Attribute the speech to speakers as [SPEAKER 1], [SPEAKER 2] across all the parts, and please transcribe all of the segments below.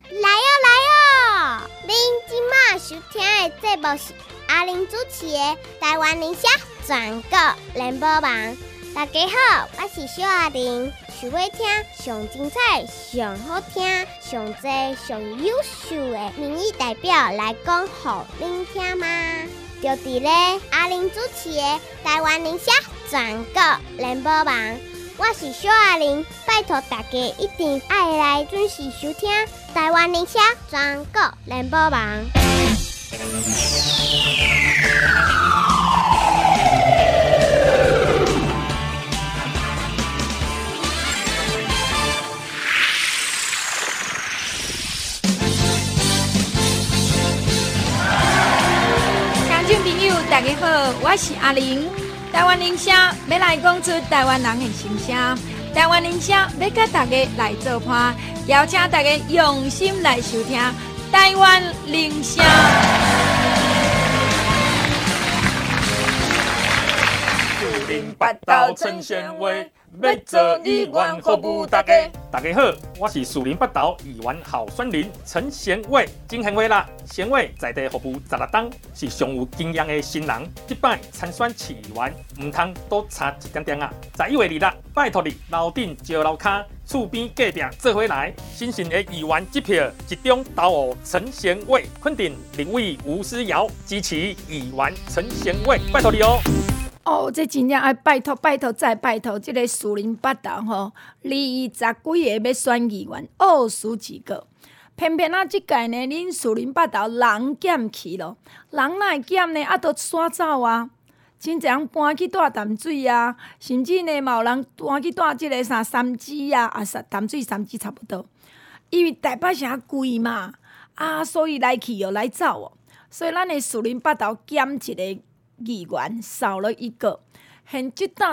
[SPEAKER 1] 来哦！恁即马收听的节目是阿玲主持的台湾人社全国联播网。大家好，我是小阿玲，想要听上精彩、上好听、上多、上优秀的民意代表来讲予恁听吗？就伫咧阿玲主持的台湾人社全国联播网。我是小阿玲，拜托大家一定要来准时收听台湾人社全国联播网。
[SPEAKER 2] 观众朋友，大家好，我是阿玲。台湾人社要来讲出台湾人的心声，台湾人社要甲大家来做伴，邀请大家用心来收听台湾人社。
[SPEAKER 3] 树林八道陈贤伟，要做议员服务大家。大家好，我是树林八道议员候选人陈贤伟，真贤伟啦！贤伟在地服务16年，是上有经验的新人。这摆参选市议员，唔通多差一点点啊！11月26，拜托你楼顶招楼骹，厝边隔壁做伙来，新兴的议员一票集中投予陈贤伟，肯定立委吴思瑶，支持议员陈贤伟，拜托你哦！
[SPEAKER 2] 哦，这真正爱拜托拜托再拜托，这个树林八道吼，20几个要选议员，数几个。偏偏这届呢，恁树林八道人减去咯，人哪会减呢？都刷走啊！真侪人搬去住淡水啊，甚至呢，嘛有人搬去住即个三芝啊，淡水三芝差不多。因为台北城贵嘛，所以来去又来走哦，所以咱的树林八道减一个议员少了一个，现即阵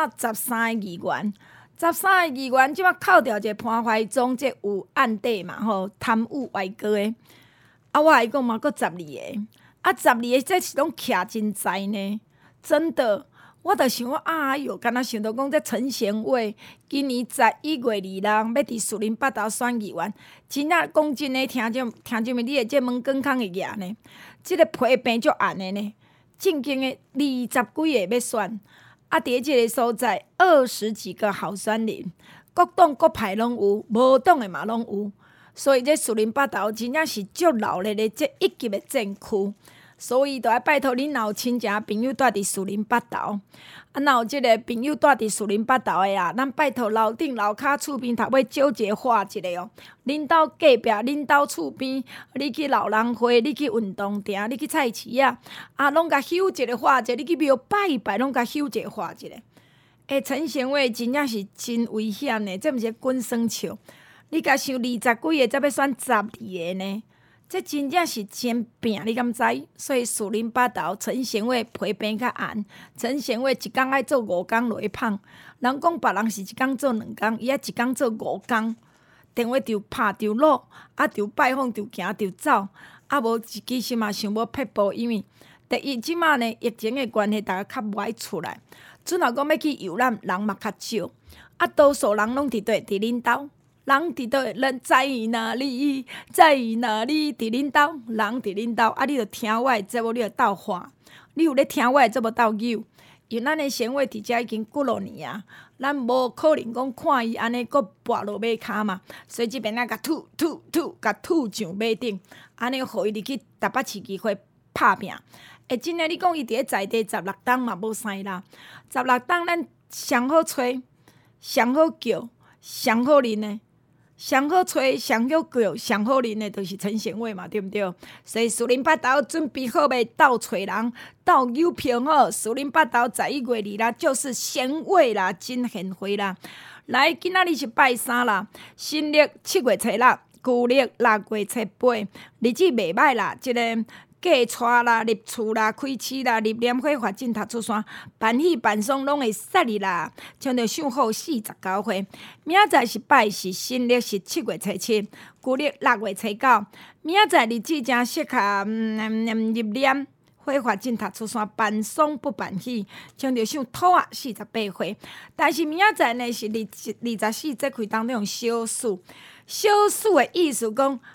[SPEAKER 2] 13个议员，13个议员即摆扣掉一个潘怀宗，这有案底嘛吼，贪污歪哥的。我来讲嘛，佫12个，12个这是拢徛真在呢，真的。我就想讲，敢若想到讲，这陈贤伟今年11月26要伫树林八道选议员，真正讲真的，听众们，你的这门健康会赢呢？这个皮病足暗的呢？正经的20几个要选，伫即个所在20几个候选人，各党各派拢有，无党的嘛拢有，所以这树林八道真正是足闹热的这一级的战区，所以就要拜托恁若有亲情朋友住伫树林八道，若有即个朋友住伫树林八道的啊，咱拜托楼顶楼骹厝边头尾少一个画一个哦。恁兜隔壁、恁兜厝边，你去老人会，你去运动场，你去菜市啊，拢甲翕一个画一个，你去庙拜一拜，拢甲翕一个画一个。陈贤伟真正是真危险的，这毋是滚酸笑。你甲想20几个，才要选12个呢？这真正是真拼，你敢知？所以树林八道陈贤伟皮病较暗，陈贤伟一工爱做5工落去胖。人讲别人是一工做2工，伊一工做5工。电话就拍就落，就拜访就行就走，无其实嘛想要撇步，因为第一即马呢疫情的关系，大家较无爱出来。阵若讲要去游览，人嘛较少，多数人拢伫伫恁兜。人伫倒，人在哪里？在哪里？伫恁兜，人伫恁兜。你著听我的节目，你著斗看。你有咧听我的节目斗扭，因为咱的贤伟伫遮已经几落年啊，咱无可能讲看伊安尼佫跋落马骹嘛，所以即边甲吐，甲吐上马顶，安尼互伊入去台北市议会拍拼。真诶，你讲伊伫咧在地16党嘛无啥啦，16党咱上好找、上好叫、上好认诶。上好找、上好叫、上好认的，就是陈贤伟嘛，对不对？所以树林八道准备好未？斗找人、斗邮票吼！树林八道11月26就是贤伟啦，真贤惠啦。来，今仔日是拜3啦，新历7月初6，旧历6月初8，日子袂歹啦，这个。嫁娶啦、入厝啦、开市啦、入联会发展、读出山，办喜办丧拢会煞日啦，像着想好49岁。明仔载是拜是新历是7月初7，旧历6月初9。明仔载日子真适合入联会发展、读出山，办丧不办喜，像着想土啊48岁。但是明仔载呢是24节气当中小暑，小暑的意思讲。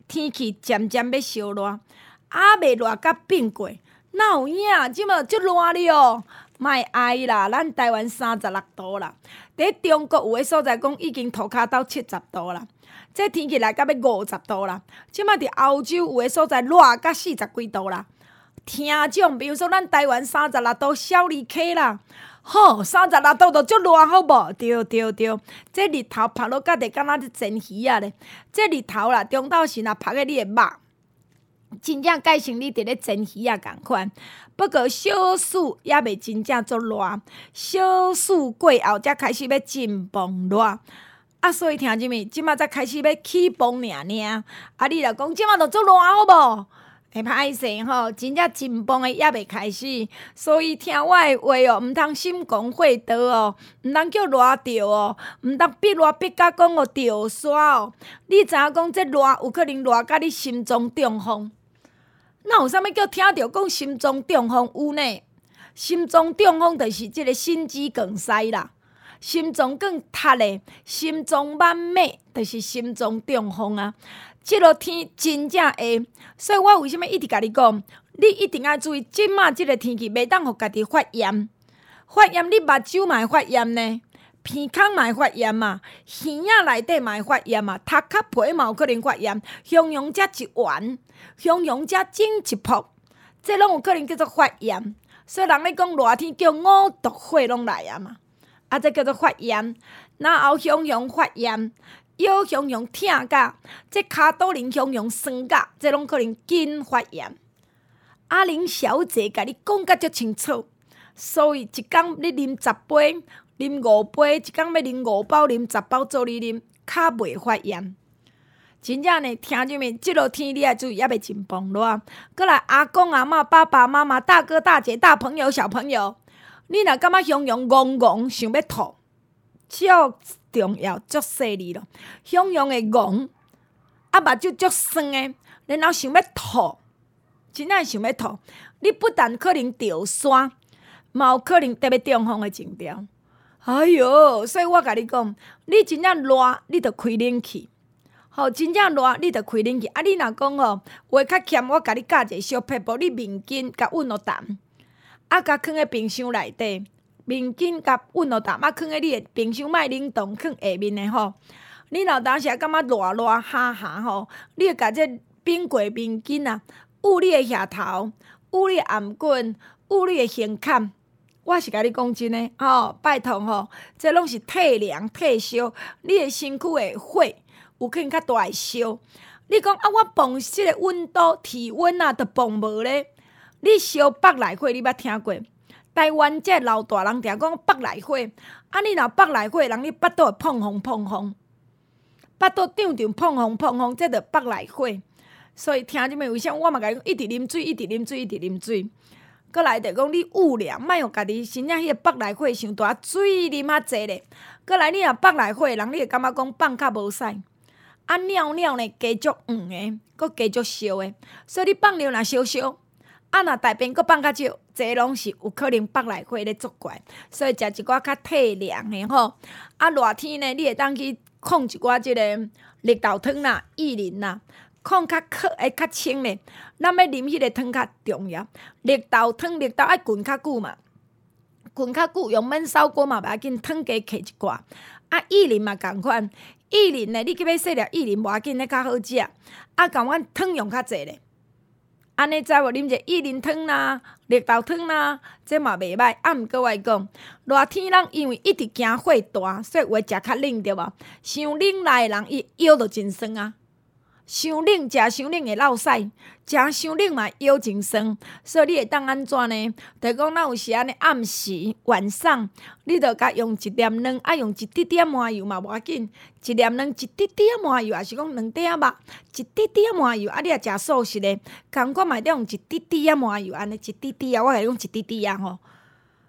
[SPEAKER 2] 天气渐渐要烧热，未热甲变过，哪有影？即马足热哩哦！莫哀啦，咱台湾36度啦，伫中国有诶所在讲已经涂骹到70度啦，这天气来到要50度啦。即马伫欧洲有诶所在热到40几度啦。听种，比如说咱台湾36度小儿科啦。吼，36度就足热，好无？对，这日头晒落甲地，敢若咧煎鱼啊咧。这日头啦，中昼时若晒个你诶肉，真正改成你伫咧煎鱼啊共款。不过小暑也袂真正足热，小暑过后才开始要进崩热。所以听即物，即马才开始要起崩尔。你若讲即马就足热，好无？会歹势吼，真正真崩的也袂开始，所以听我的话哦，毋通心公会得哦，毋通叫热着哦，毋通逼热逼甲讲哦着煞哦。你知影讲这热有可能热甲你心脏中风？哪有啥物叫听着讲心脏中风有呢？心脏中风就是即个心肌梗塞啦，心脏梗塌咧，心脏慢脉就是心脏中风啊。即落天真正会，所以我为什么一直甲你讲，你一定要注意，即马即个天气袂当互家己发炎。发炎，你目睭嘛会发炎呢，鼻孔嘛会发炎嘛，耳仔内底嘛会发炎嘛，头壳皮嘛有可能发炎，形容遮一丸，形容遮整一扑，这拢有可能叫做发炎。所以人咧讲热天叫五毒火拢来啊嘛，这叫做发炎，然后形容发炎。腰形容疼甲，这骹肚仁形容酸甲，这拢可能筋发炎。阿玲小姐甲你讲甲足清楚，所以一工你啉10杯，啉5杯，一工要啉5包，啉10包做你啉，较袂发炎。真正呢，听入面，即落天你要注意，也袂真崩热。过来，阿公阿嬷、爸爸妈妈、大哥大姐、大朋友、小朋友，你若感觉形容戆戆，想要吐，足重要，足细腻咯。形容会戆，目睭足酸的，然后想要吐，真正想要吐。你不但可能着山，嘛有可能特别中风的情调。哎哟，所以我甲你讲，你真正热，你着开冷气。吼，真正热，你着开冷气。你若讲吼话较欠，我甲你教一个小撇步，你面巾甲温度淡，甲放喺冰箱内底。面巾甲温度淡，放喺你的冰箱，莫冷冻，放下面的吼。你若当时感觉热哈哈吼，你甲这冰过面巾啊，捂你的额头，捂你的颔棍，捂你的胸坎。我是甲你讲真的吼，拜托吼，这拢是退凉退烧，你的身躯的火有可能较大会烧。你讲我磅即个温度体温啊，都磅无咧。你烧北内火，你捌听过？台湾这老大人常讲北内火，你若北内火，人你腹肚会碰风，腹肚胀碰风，这着北内火。所以听即面为啥我嘛甲你讲，一直啉水。过来着讲你捂凉，莫互家己身体迄个北内火伤大，水啉较济咧。过来你若北内火，人你会感觉讲放较无屎，尿呢加足黄的，搁加足烧的，所以你放尿若烧。若大便搁放较少，这拢是有可能北内火咧作怪，所以食一寡较退凉的吼。热天呢，你会当去控一寡即个绿豆汤啦、薏仁啦，控较较清咧。咱要啉迄个汤较重要。绿豆汤，绿豆爱滚较久嘛，滚较久用焖烧锅嘛，袂要紧，汤加揢一寡。薏仁嘛共款，薏仁呢，你去要洗了薏仁，无要紧，咧较好食。共阮汤用较济咧。安尼知无？啉者薏仁汤啦、绿豆汤啦，这嘛袂歹。毋过我讲，热天人因为一直惊火大，所以话食较冷对无？伤冷来的人，伊腰就真酸啊。伤冷食伤冷会落屎，食伤冷嘛腰真酸，所以你会当安怎呢？就讲咱有时安尼暗时晚上，你着甲用一粒卵，用一滴滴麻油嘛无要紧，一粒卵一滴滴麻油，也是讲2滴肉，一滴滴麻油。你若食素食的，共款嘛得用一滴滴麻油，安尼一滴滴我甲你讲一滴滴吼。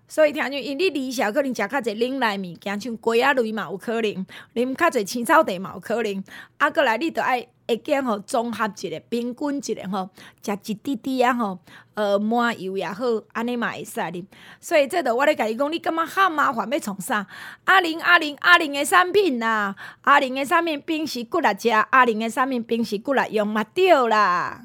[SPEAKER 2] 所以听像因你离校可能食较侪冷来物件，像鸡仔类嘛有可能，啉较侪青草茶嘛有可能，啊，过来你着爱会见吼综合一下，平均一下吼，食一滴滴啊吼，满油也好，安尼嘛会使啉。所以这着我咧甲你讲，你感觉较麻烦要创啥？阿玲的产品啦，阿玲的产品平时骨力食，阿玲的产品平时骨力用嘛对啦。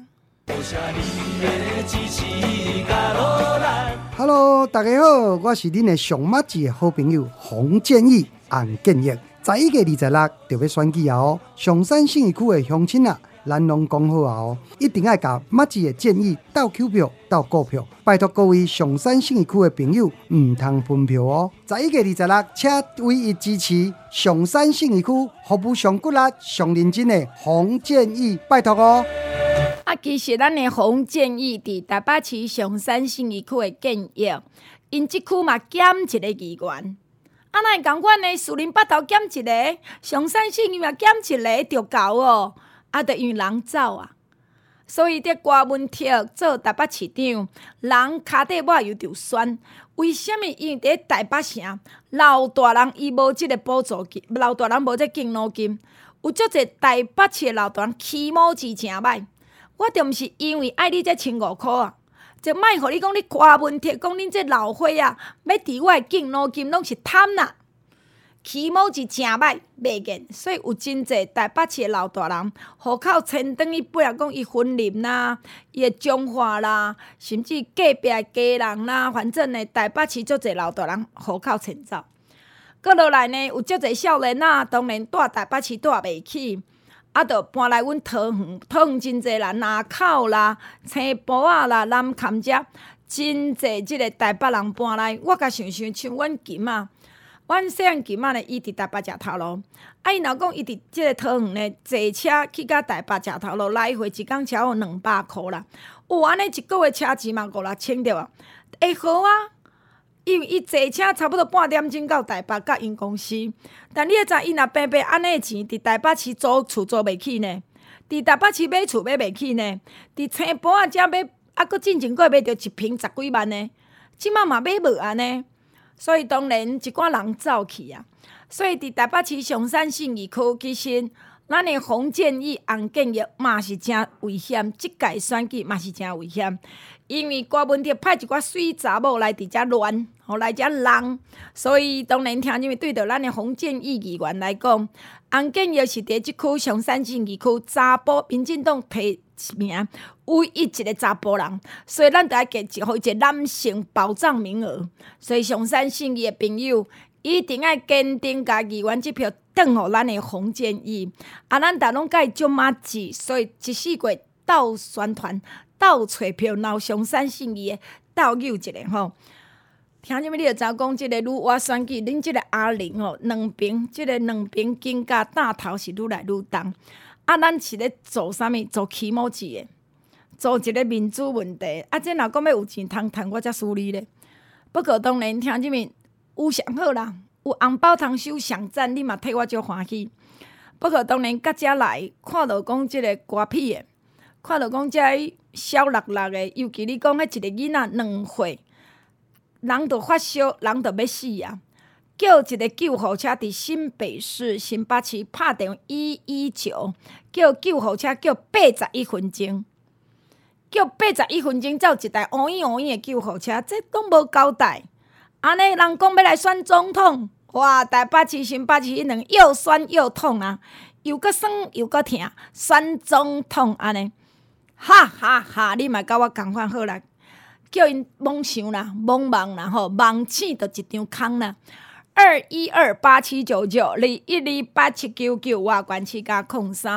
[SPEAKER 4] Hello， 大家好，我是恁的上马子的好朋友洪建义、洪建业。11月26就要选举啊哦，上山信义区的乡亲啊，咱拢讲好啊哦，一定要甲马子的建议斗扣票、斗股票，拜托各位上山信义区的朋友唔通分票哦。11月26，请唯一支持上山信义区服务上骨力、上认真的洪建义，拜托哦。
[SPEAKER 2] 其实咱的洪建义伫台北市上山信义区的建业，因即区嘛减一个议员，哪会共阮的士林北投减一个，上山信义嘛减一个就够哦。就因为人走啊，所以伫郭文剔做台北市长，人骹底抹油就酸。为什么？因为伫台北城老大人伊无即个补助金，老大人无即敬老金，有足侪台北市的老大人起毛钱诚歹。我着毋是因为爱你这1500箍啊，就莫互你讲你刮问题，讲恁这老伙啊，要伫我的敬老金拢是贪啦，起毛是诚歹，袂瘾。所以有真侪台北市的老大人，户口迁转去，不然讲伊婚林啦，伊的彰化啦，甚至隔壁的家人啦，反正呢，台北市足侪老大人户口迁走。搁落来呢，有足侪少年啊，当然住台北市住袂起。就搬来阮桃园，桃园真侪啦，南口啦、青埔仔啦、南崁遮，真侪即个台北人搬来。我甲想想，像阮金啊，阮细汉金啊呢，伊伫台北食头路。伊若讲伊伫即个桃园呢，坐车去到台北食头路，来回一工车有200箍啦。安尼一个月车钱嘛5-6千着啊，会好啊。因为伊坐车差不多半点钟到台北，甲因公司。但你会知伊若平平安尼钱，伫台北市租厝租袂起呢？伫台北市买厝买袂起呢？伫青埔仔遮买，搁进前过买着一坪10几万呢？即马嘛买无安尼？所以当然一寡人走去啊。所以伫台北市上山信义区，其实咱的洪建义、洪建业嘛是真危险，即届选举嘛是真危险。因为郭文剔派一寡水查某来伫遮乱，来遮浪，所以当然听因为对着咱的洪建义议员来讲，洪建业是伫即区上山信义区查甫民进党提名唯一一个查甫人，所以咱得爱给一个男性保障名额。所以上山信义的朋友一定要坚定甲议员即票转互咱的洪建义。咱逐拢甲伊足马子，所以14月斗宣传。斗找票，然后上山信义的斗拗一下吼。听什么？你就知讲，即个女娲选举，恁即个阿玲吼，两边金甲大头是愈来愈重。咱是咧做啥物？做起毛字的，做一个民主问题。这若讲要有钱通趁，我才输你咧。不过当然，听什么有上好啦，有红包通收上赞，你嘛替我足欢喜。不过当然，到遮来看到讲即个歌屁的。看到讲遮小六六的，尤其你讲迄一个囡仔2岁，人就发烧，人就要死啊！叫一个救护车伫新北市新北市拍电话119，叫救护车叫81分钟，叫81分钟走一台乌影的救护车，这拢无交代。安尼人讲要来选总统，哇！台北市新北市迄两又酸又痛啊，又搁酸又搁痛，选总统安尼。哈哈哈！你嘛甲我共款好啦，叫因妄想啦，妄梦啦吼，梦醒就一张空啦。212879921287999外关市加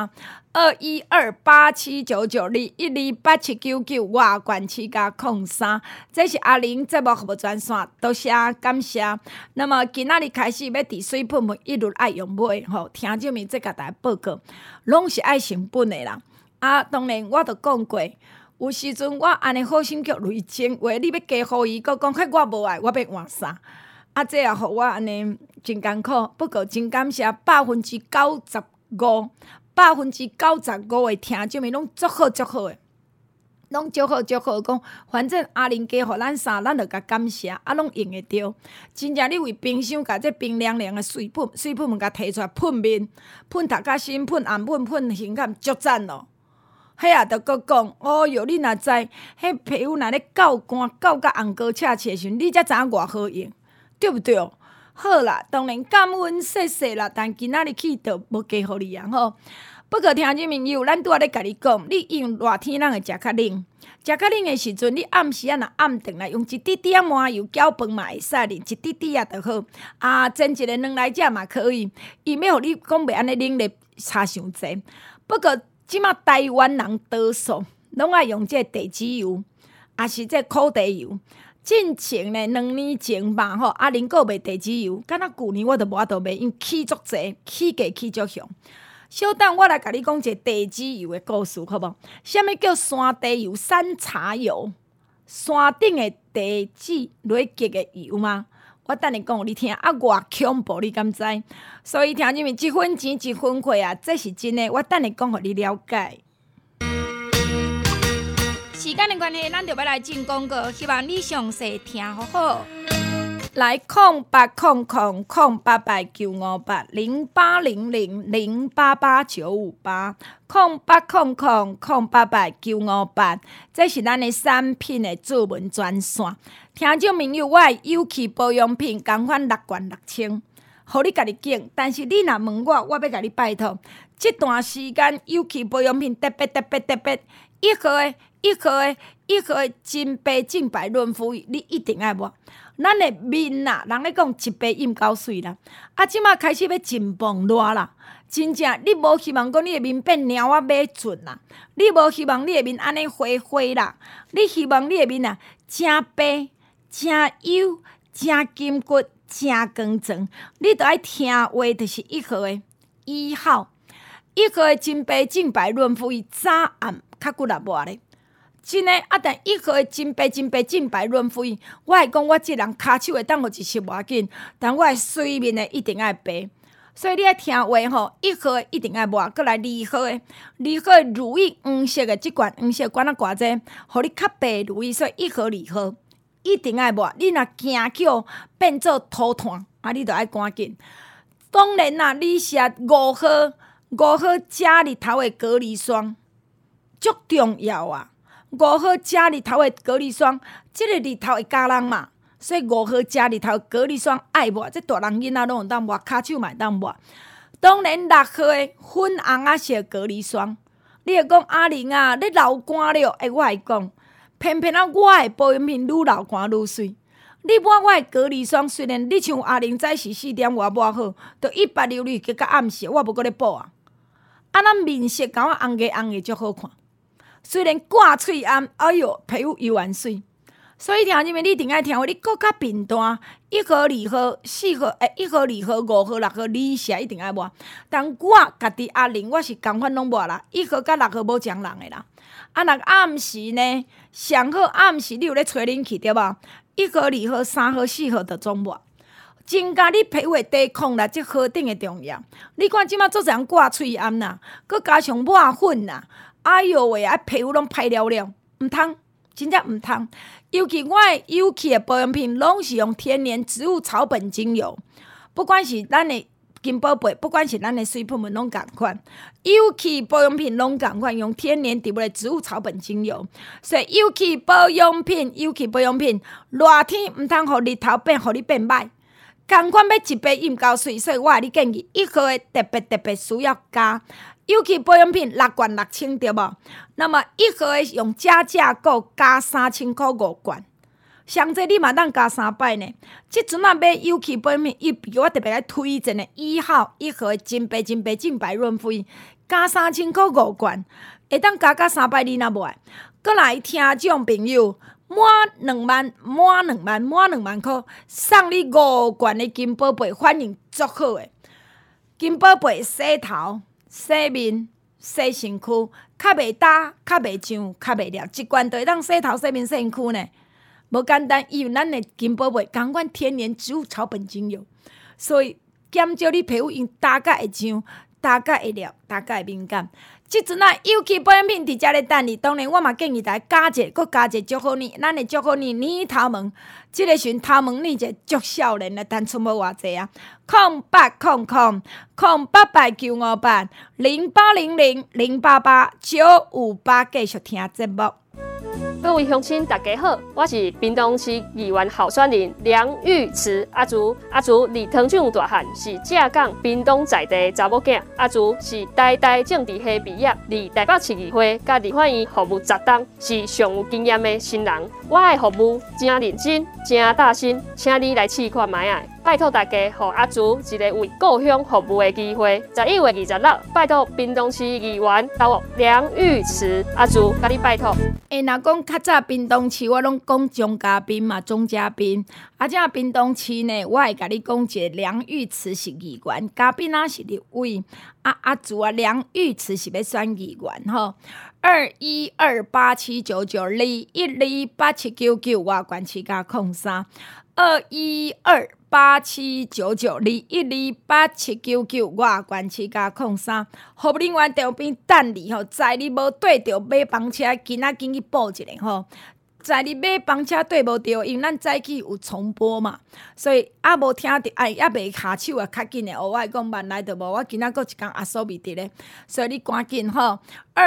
[SPEAKER 2] 03，212879921287999外关市加03。这是阿玲节目服务专线，多谢感谢。那么今仔日开始要伫水喷一律爱用买吼，听证明这甲大家报告，拢是爱成本的啦。当然，我著讲过，有时阵我安尼好心叫累钱，话你要加互伊，佮讲迄我无爱，我要换啥？这也互我安尼真艰苦。不过真感谢95%，95%的听众们拢足好足好的。 拢足好足好，讲反正阿玲加互咱衫，咱就甲感谢，拢用会着。真正你为冰箱甲这冰凉凉的水喷甲摕出来喷面，喷头壳身，喷暗喷，喷形感，足赞咯。迄也着佫讲，哦哟，你若知，迄皮肤若咧够干，够甲红膏赤赤的时阵，你才知影偌好用，对不对？好啦，当然感恩谢谢啦，但今仔日去就无加互你啊吼。不过听众朋友，咱拄仔咧甲你讲，你用热天咱会食较冷，食较冷的时阵，你暗时若暗顿来用一滴滴麻油搅饭嘛会使啉，一滴滴啊就好。煎一个卵来食嘛可以，伊要互你讲袂安尼冷咧差伤济。不过即马台湾人多数拢爱用这地籽油，也是这苦茶油。进前呢，2年前吧吼，阿玲购卖地籽油，敢若旧年我都无法度卖，因起足济，起价起足凶。小等我来甲你讲一个地籽油的故事，好无？啥物叫山地油、山茶油？山顶的地籽落结的油吗？我等你讲互你听，偌恐怖，你敢知？所以听入面一分钱一分货啊，这是真的。我等你讲互你了解。时间的关系，咱就要来进广告，希望你详细听好好。来0800-088-958，0800-088-958，这是咱的产品的主文专线。听众朋友，我的有机保养品同款6罐6000，互你家己拣。但是你若问我，我要甲你拜托，这段时间有机保养品特别1盒的真白净白润肤液，你一定爱抹。咱的面啊，人咧讲一白印够水啦，即马开始要真磅热啦。真正，你无希望讲你的面变猫仔马俊啦，你无希望你的面安尼花花啦，你希望你的面啊真白、真油、真金骨、真光泽，你着爱听话，就是1盒的1号，1盒的真白净白润肤液，早暗较骨力抹咧。真诶，但1盒的真白净白润肤液，我会讲我这人骹手会当互一湿无要紧，但我的水面一定爱白。所以你爱听话吼，1盒的一定爱抹，过来2盒的如意黄色的，即罐黄色管啊偌济，互你较白如意，所以1盒2盒一定爱抹。你若惊叫变做涂炭，你着爱赶紧。当然啦，你是5盒加日头的隔离霜，足重要啊！5盒加日头的隔离霜，这个日头会加人嘛，所以5盒加日头隔离霜爱抹，这大人囡仔拢有当抹，骹手嘛会当抹。当然6盒的粉红仔色隔离霜，你会讲阿玲啊，你流汗了，我会讲，偏偏我的保养品愈流汗愈水。你抹我的隔离霜，虽然你像阿玲早时4点外抹好，就100流率，结果暗时我无搁咧补啊。咱面色甲我红个足好看。虽然挂喙暗，哎哟，皮肤又完水。所以听入面你一定爱听话，你搁较平淡，1盒2盒4盒，1盒2盒5盒6盒，你是一定爱抹。但我家己阿玲，我是共款拢抹啦，1盒甲6盒无将人的啦。若暗时呢，上好暗时你有咧吹冷气对无？1盒2盒3盒4盒就总抹。增加你皮肤的抵抗力，即好顶的重要。你看即马做人挂喙暗啦，佮加上抹粉啦，哎哟喂，皮肤拢歹了了，毋通，真正毋通。尤其我的有机的保养品，拢是用天然植物草本精油，不管是咱的金宝贝，不管是咱的水喷们拢共款，有机保养品拢共款，用天然的植物草本精油。所以有机保养品，热天毋通互日头变，互你变歹。同款要一杯饮够水，所以我你建议1盒的特别需要加有机保养品6罐6000对无？那么1盒的用加价购加3000块5罐，上济你嘛当加3摆呢。即阵啊买有机保养品，我特别来推荐的1号1盒的真白润肤液，加3000块5罐，会当加3摆你若无爱。过来听众朋友。满2万块，送你5罐的金宝贝，反应足好的。金宝贝洗头、洗面、洗身躯，较袂焦、较袂痒、较袂黏，一罐就会当洗头、洗面、洗身躯呢。无简单，因为咱的金宝贝同款天然植物草本精油，所以减少你皮肤因焦甲会痒、 大概会了，大概会敏感。即阵啊，有机保养品伫遮咧等你。当然，我嘛建议大家加者，搁加者祝福你。咱的祝福你年头毛，即个时头毛呢者足少年的，但出无偌济啊。0800-0888-0800-0888-958继续听节目。
[SPEAKER 5] 各位乡亲，大家好，我是屏东市议员候选人梁玉慈阿竹。阿竹离汤厂大汉，是正港屏东在地查某囝。阿竹是代代政治系毕业，离台北市议会甲立法院服务10冬，是上有经验的新人。我的服务真认真，真大心，请你来试看卖啊！拜托大家，给阿竹一个为故乡服务的机会。11月26日，拜托屏东市议员到梁玉慈阿竹，甲你拜托。
[SPEAKER 2] 若讲较早屏东市，我拢讲钟嘉宾嘛，钟嘉宾。这屏东市呢，我会甲你讲一个梁玉慈是议员，嘉宾啊是立委，阿竹啊梁玉慈是要选议员吼。212879921287799外关市加03。212879921287799外关市加03，服务人员在边等你吼，在你无对着买房车，紧去报一下吼。在你买房车对无着，因为咱早起有重播嘛，所以无听着，袂下手较紧的。我会讲慢来着无，我今仔搁一工阿嫂未伫咧，所以你赶紧吼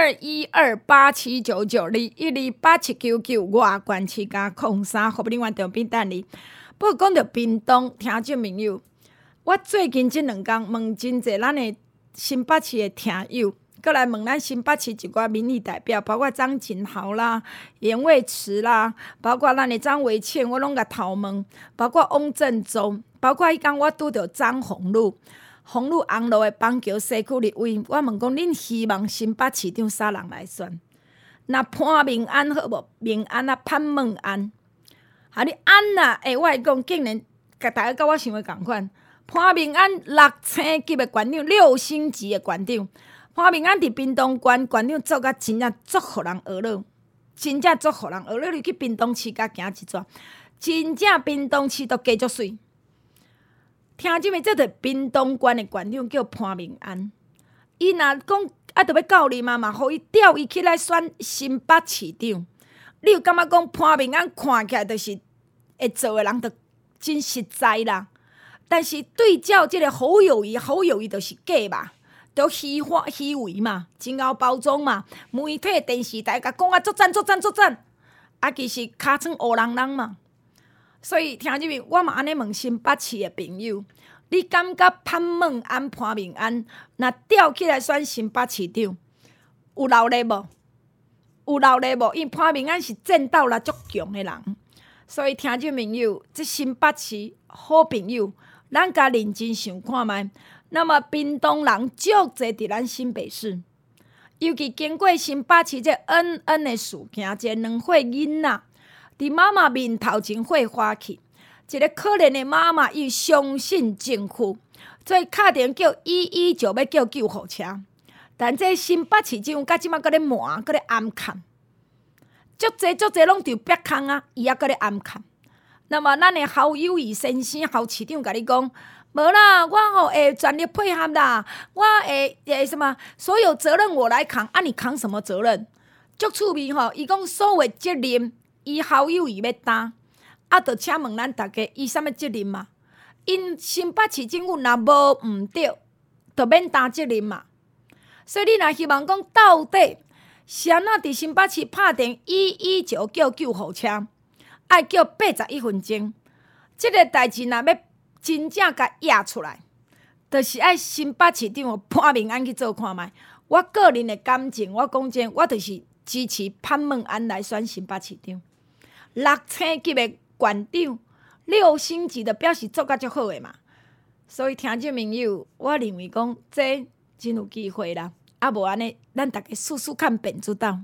[SPEAKER 2] ，212879921287799外关市加03，服务人员在边等你。不过讲到屏东，听众朋友，我最近这2天问真侪咱的新北市的听友，过来问咱新北市一寡民意代表，包括张锦豪啦、严卫池啦，包括咱的张维倩，我拢甲头问，包括翁振洲，包括迄天我拄着张宏禄红路的邦桥西区立委，我问讲，恁希望新北市长啥人来选？那潘明安好无？明安啊，潘孟安。哈，你安啦！我会讲，竟然甲大家甲我想的共款。潘明安6星级的馆长，6星级的馆长。潘明安伫屏东县馆长做甲真正足互人学了，真正足互人学了。你去屏东市甲行一转，真正屏东市都加足水。听即面，这个屏东县的馆长叫潘明安。伊若讲着要教你嘛，互伊调伊起来选新北市长。你有感觉讲潘明安看起来就是会做的人，就真实在啦。但是对照即个侯友宜就是假嘛，就虚伪嘛，真够包装嘛。媒体电视台甲讲作战，其实尻川乌人嘛。所以听入面，我嘛安尼问新北市的朋友，你感觉潘孟安、潘明安若调起来选新北市长，有闹力无？有闹力无？因为潘明安是战斗力足强的人，所以听众朋友，这新北市好朋友，咱甲认真想看觅。那么屏东人足侪伫咱新北市，尤其经过新北市这恩恩的事件，这2岁囡仔伫妈妈面头前火花去，一个可怜的妈妈伊相信政府，所以敲电叫119要叫救护车。但这新北市长甲即马搁咧瞒，搁咧暗藏，足侪拢伫壁空啊，伊还搁咧暗藏。那么咱的侯友宜先生侯市长甲你讲，无啦，我会全力配合啦，我会什么所有责任我来扛，你扛什么责任？足趣味伊讲所有责任，伊侯友宜要担，就请问咱大家，伊啥物责任嘛？因新北市政府若无毋对，就免担责任嘛。所以你若希望讲到底，是安怎伫新北市拍电119叫救护车，爱叫81分钟，这个代志若要真正甲压出来，就是爱新北市长潘明安去做看觅。我个人的感情，我讲真，我就是支持潘孟安来选新北市长。6星级的馆长，6星级的表示做甲足好的嘛。所以听众朋友，我认为讲这真有机会啦。无安尼，咱大家试试看变出道。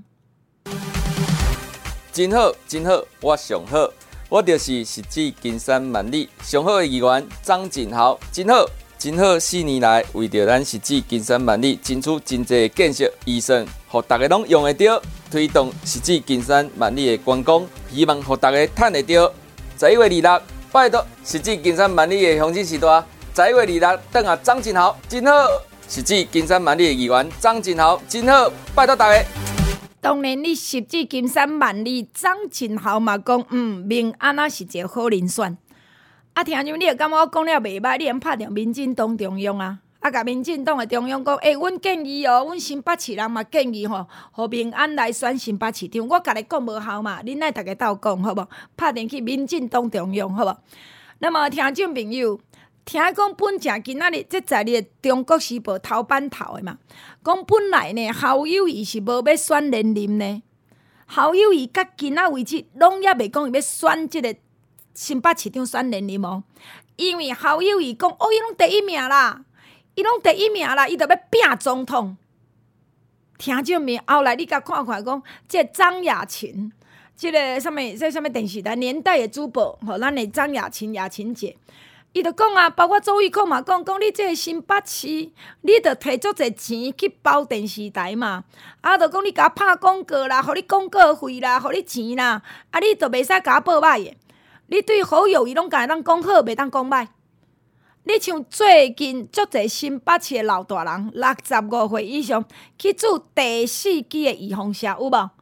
[SPEAKER 6] 真好，真好，我上好，我就是实至金山万里上好的议员张锦豪，真好，真好，4年来为着咱实至金山万里争取真侪建设预算，互大家拢用得着，推动实至金山万里的观光，希望互大家趁得着。11月26日，拜托实至金山万里的乡亲时代，11月26日，等下张锦豪，真好。 实至金山万里的议员张振豪，真好，拜托大家。
[SPEAKER 2] 当然，你实至金山万里，张振豪嘛讲，明安那是一个好人选。啊，听像你会感觉我讲了袂歹，你通拍着民进党中央啊，甲民进党的中央讲，阮建议哦，阮新北市人嘛建议吼，互明安来选新北市长。我甲你讲无效嘛，恁来大家斗讲好无？拍电去民进党中央好无？那么听众朋友。听讲本正今仔日即在日《中国时报》头版头的嘛，讲本来呢侯友宜是无要选连任呢，侯友宜到今仔为止拢也袂讲伊要选即个新北市长选连任哦，因为侯友宜讲伊拢第一名啦，伊著要拼总统。听众面后来你甲看讲，即张雅琴，即个啥物电视台年代的主播，吼，咱的张雅琴姐。伊就讲啊，包括周玉蔻嘛讲你这个新北市，你着摕足侪钱去包电视台嘛，啊，就讲你甲拍广告啦，互你广告费啦，互你钱啦，啊，你着袂使甲报歹的。你对侯友宜拢敢当讲好，袂当讲歹。你像最近足侪新北市的老大人，65岁以上去住第4期的预防车，有无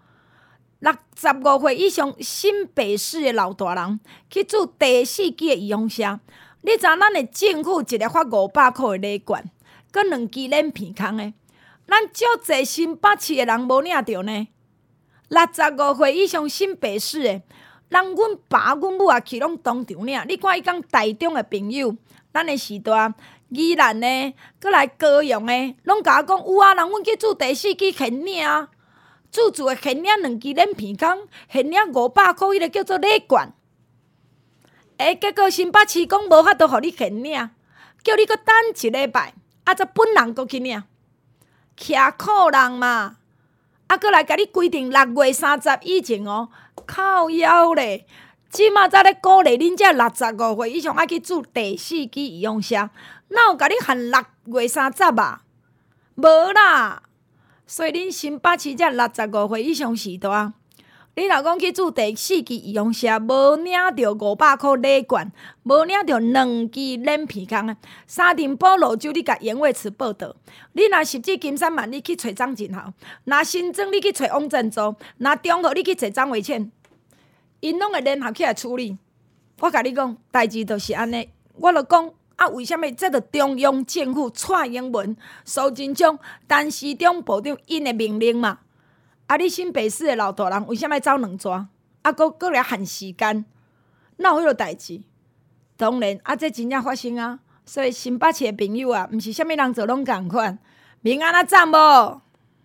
[SPEAKER 2] ？65岁以上新北市的老大人去住第4期的预防车。你知咱的政府一个发500块的礼券，佮2支免片空的，咱足侪新北市的人无领着呢。65岁以上新北市的，人阮爸阮母也去拢当场领。你看伊讲台中的朋友，咱的时代宜兰的，佮来高雄的，拢甲我讲有啊，人阮去住第4期现领啊，住的现领2支免片空，现领500块，迄个叫做礼券。结果新北市讲无法度互你现领，叫你搁等一礼拜，则本人搁去领，徛苦人嘛。搁来甲你规定6月30以前哦，靠腰咧。即马才咧鼓励恁遮65岁以上爱去住第4期预防车，哪有甲你限6月30啊？无啦。所以恁新北市遮65岁以上时代。你若讲去住第4期预防车，无领着500块礼券，无领着2支免片空的，沙尘暴路州你甲严伟慈报道。你若实至金山万里去找张振豪，若新庄你去找王振洲，若中和你去找张维倩，因拢会联合起来处理。我甲你讲，代志就是安尼。我就讲为什么这个中央政府蔡英文、苏贞昌、陈时中部长因的命令嘛？你新北市的老大人为什么走2抓？搁来限时间，哪有迄落代志？当然，这真正发生啊！所以新北市的朋友啊，毋是啥物人做拢共款。明安赞无？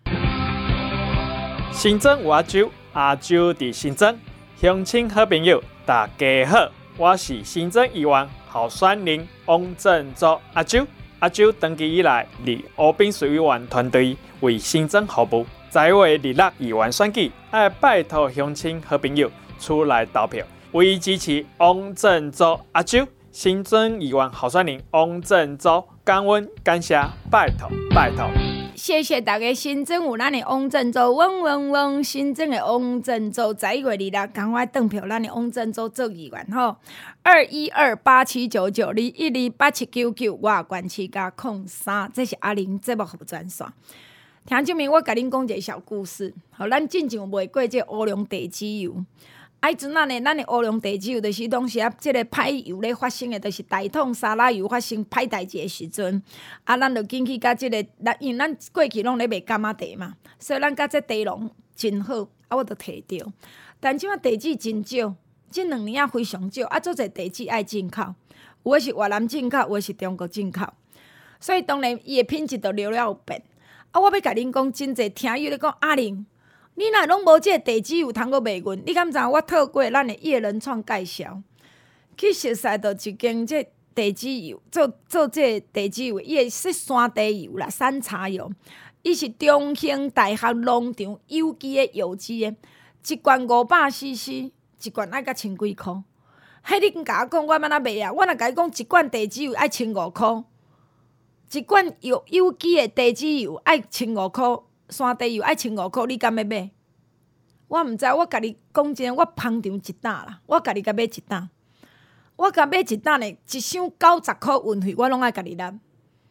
[SPEAKER 3] 新庄有阿周，阿周伫新庄，乡亲好朋友，大家好，我是新庄议员候选人王振洲阿周。阿周登记以来，伫乌滨水委员团队为新庄服务。在位26议员选举，爱拜托乡亲好朋友出来投票，为支持王振洲阿周，新庄议员候选人王振洲，感恩感谢，拜托拜托。
[SPEAKER 2] 谢谢大家，新庄有咱的王振洲，汪！新庄的王振洲，11月26赶快登票，咱的王振洲做议员吼。212879921287999，我关市加03，这是阿玲节目服务专线。听证明，我甲恁讲一个小故事。好，咱进前有卖过这乌龙地籽油。迄阵咱的乌龙地籽油，就是当时这个歹油咧发生的，就是大统沙拉油发生歹代志的时阵，咱就紧去甲这个，因为咱过去拢咧卖柑仔茶嘛，所以咱甲这茶农真好，我就摕着。但即摆地籽真少，这2年非常少，足侪地籽爱进口，有的是越南进口，有的是中国进口，所以当然伊的品质就了有变。我要甲恁讲，真侪听友咧讲阿玲，你若拢无即个地址有通过卖阮？你敢知我透过咱的叶人创介绍，去熟悉到一间即地址油做即个地址油，伊会说山地油啦、山茶油，伊是中兴大学农场有机的油脂的，一罐500cc， 一罐爱甲千几箍。迄你甲我讲，我要哪卖啊？我若甲你讲，一罐地址油爱1500箍。一罐有机的地籽油爱1500箍，山地油爱1500箍，你敢要买？我毋知，我甲你讲真，我捧场一担啦，我甲你甲买一担，我甲买一担呢，一箱90箍运费，我拢爱甲你揽。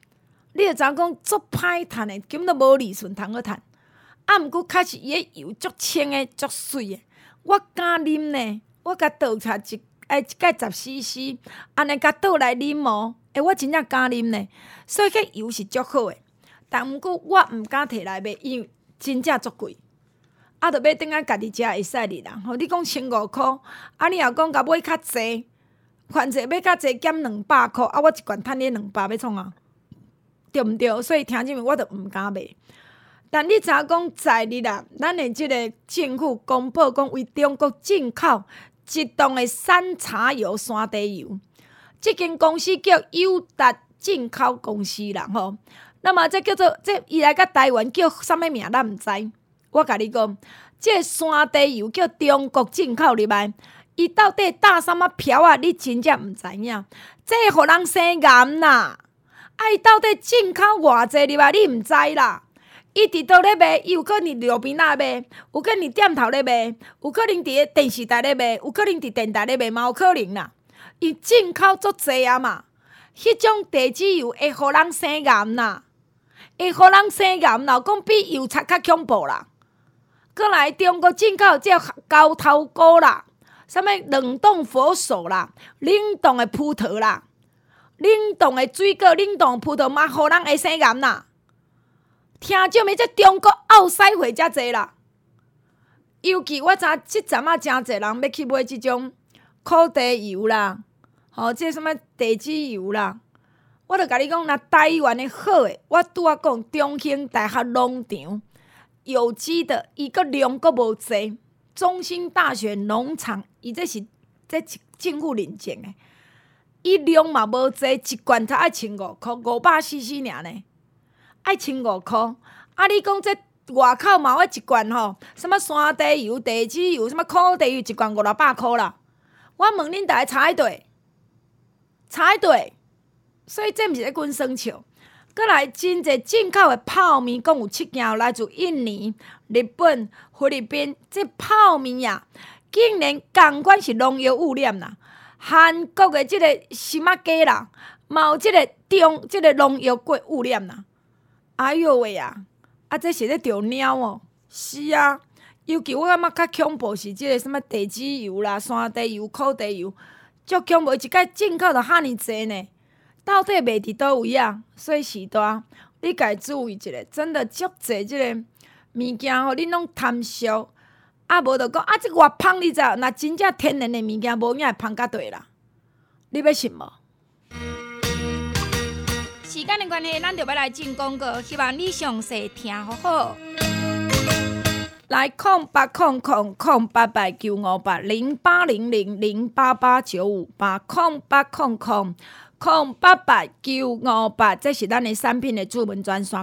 [SPEAKER 2] 你会知影讲足歹趁的，根本都无利润通好趁。啊，毋过确实伊个油足清的，足水的，我敢啉呢。我甲倒出一盖10cc， 安尼甲倒来啉哦。我真正敢啉呢。所以迄油是足好的，但毋过我毋敢摕来卖，因为真正足贵。啊，着要等下家己食会使哩啦。吼，你讲1500箍，啊，你若讲甲买较济，款者买较济减200箍，啊，我一罐趁你200，要创啊？对毋对？所以听即面我着毋敢卖。但你知影讲在日啊，咱的即个政府公布讲为中国进口1吨的山茶油、山地油，即间公司叫友达进口公司啦吼。那么这叫做伊来甲台湾叫啥物名？咱毋知。我甲你讲，这山地油叫中国进口入来，伊到底搭啥物票啊？你真正毋知影。这互人生癌啦！啊，伊到底进口偌济入来？你毋知啦。伊伫倒咧卖，伊有可能路边仔卖，有可能店头咧卖，有可能伫咧电视台咧卖，有可能伫电台咧卖，嘛有可能啦。伊进口足济啊嘛，迄种地质油会互人生癌啦，会互人生癌啦，讲比油擦较恐怖啦。过来中国进口这高头菇啦，啥物冷冻佛手啦，冷冻的葡萄啦，冷冻的水果，冷冻葡萄嘛，互人会生癌啦。听少年，这中国奥西会遮济啦，尤其我知即阵啊，真济人要去买即种苦地油啦，吼，即什物地质油啦。我著甲你讲，若台湾的好诶，我拄仔讲中兴大学农场有机的，伊个量阁无济。中兴大学农场，伊这是政府认证诶，伊量嘛无济，一罐才爱1500块，500cc 尔呢。爱1500箍，啊！你讲这外口嘛有一罐吼，什么山地油、地质油，什么苦地油，一罐500-600箍啦。我问恁大家差对，差对，所以这毋是咧阮耍笑。过来真济进口的泡面，共有7件来自印尼、日本、菲律宾。这泡面呀，竟然同款是农药污染啦。韩国的即个新马鸡啦，嘛有即个农药过污染啦。哎哟喂啊！啊，这是咧着猫哦。是啊，尤其我感觉较恐怖是即个什物地质油啦、山地油、苦地油，足恐怖。一摆进口着遐尼济呢，到底卖伫倒位啊？所以时代，你家注意一下，真的足济即个物件吼，恁拢贪俗，啊无着讲啊，这偌芳你知？若真正天然的物件，无影会芳甲对啦。你要信无？时间的关系，咱就要来进广告，希望你详细听好好。来0800-088-958-088-958-088-958，这是咱的产品的主文专线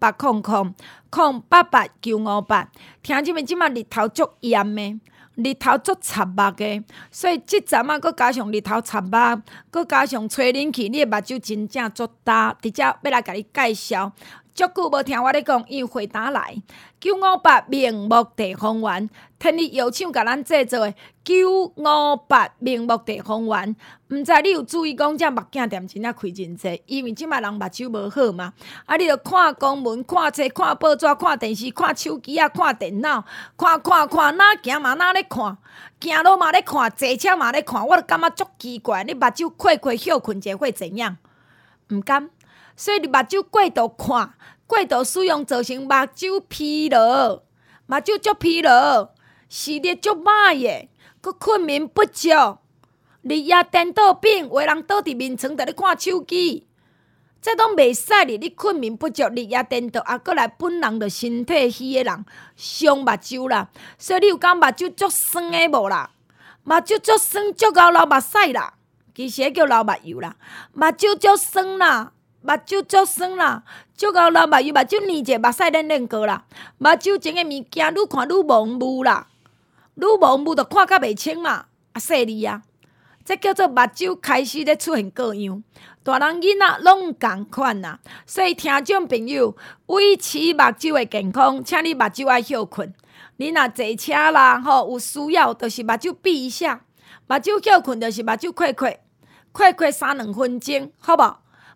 [SPEAKER 2] 0800-088-958。听即面即马日头足炎的。日头足插目的，所以即阵啊，佮加上日头插目，佮加上吹冷气，你的目睭真正足大。直接要来甲你介绍，足久无听我咧讲，因为回答来958明目地黄丸，天日药厂甲咱制作的958明目地黄丸。毋知你有注意讲，这目镜店真正开真济，因为即摆人目睭无好嘛。啊，你着看公文、看册、看报纸、看电视、看手机啊、看电脑，看，哪行嘛哪咧看，行路嘛咧看，坐车嘛咧看，我着感觉足奇怪。你目睭睡休困者会怎样？毋甘，所以你目睭过度看、过度使用，造成目睭疲劳，目睭足疲劳，视力足歹的，佮困眠不足。日夜颠倒病，有的人倒伫面床，伫咧看手机，这拢袂使哩。你困眠不足，日夜颠倒，啊，过来本人着身体虚的人，伤目睭啦。所以你有感目睭足酸的无啦？目睭足酸，足够流目屎啦。其实叫流目油啦，目睭足酸啦，目睭足酸啦，足够流目油，目睭黏者，目屎练过啦。目睭前的物件愈看愈模糊啦，愈模糊着看较袂清嘛，啊，细腻啊。这叫做目睭开始咧出现各样，大人囡仔拢共款啦。所以听众朋友，维持目睭的健康，请你目睭爱休困。你若坐车啦，吼有需要，就是目睭闭一下，目睭休困，就是目睭睡3-2分钟，好无？莫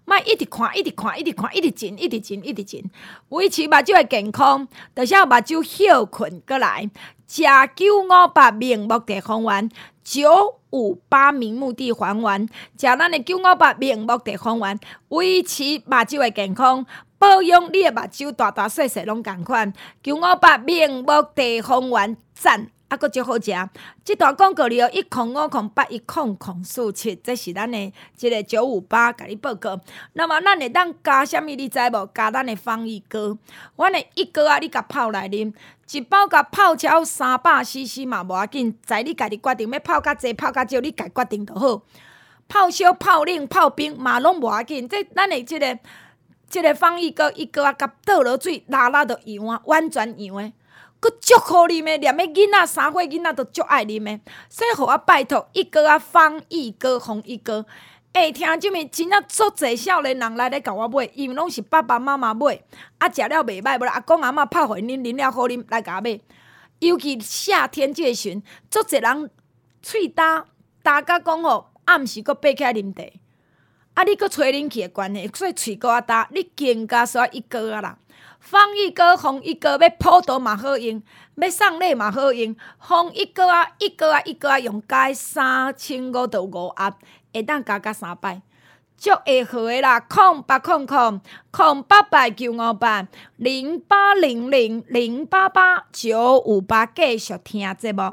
[SPEAKER 2] 莫一直看，一直进，维持目睭的健康，就是要目睭休困过来。食958明目地黄丸，958明目地黄丸，食咱的958明目地黄丸，维持目睭的健康，保养你的目睭大大细细拢同款。958明目地黄丸赞！啊，佫足好食！即段广告里105081004，这是咱的即个958，甲你报告。那么咱会当加啥物？你知无？加咱的芳益膏。阮的一膏啊，你甲泡来啉，一包甲泡超300cc 嘛无要紧，在你家己决定要泡较济、泡较少，你家决定就好。泡烧、泡冷、泡冰嘛拢无要紧。这咱的即个芳益膏，一膏啊，甲倒落水，拉就样啊，完全样诶。佫足好啉的，连迄囡仔3岁囡仔都足爱啉的，所以互我拜托一哥啊，芳益膏、红一哥，听即物真正足侪少年人来咧甲我买，因为拢是爸爸妈妈买，啊食了袂歹，无阿公阿嬷泡互因啉了好啉来甲我买。尤其夏天即个时阵，足侪人喙焦甲讲吼，暗时佫爬起来啉茶，啊你佫吹冷气的关系，所以喙佫啊焦，你更加需要一哥啊啦。芳益膏、红一膏要普渡嘛好用，要送礼嘛好用。红一膏啊，一膏用加3550盒，会当加3摆，足会好诶啦！0800-0800-0888-958，继续听节目。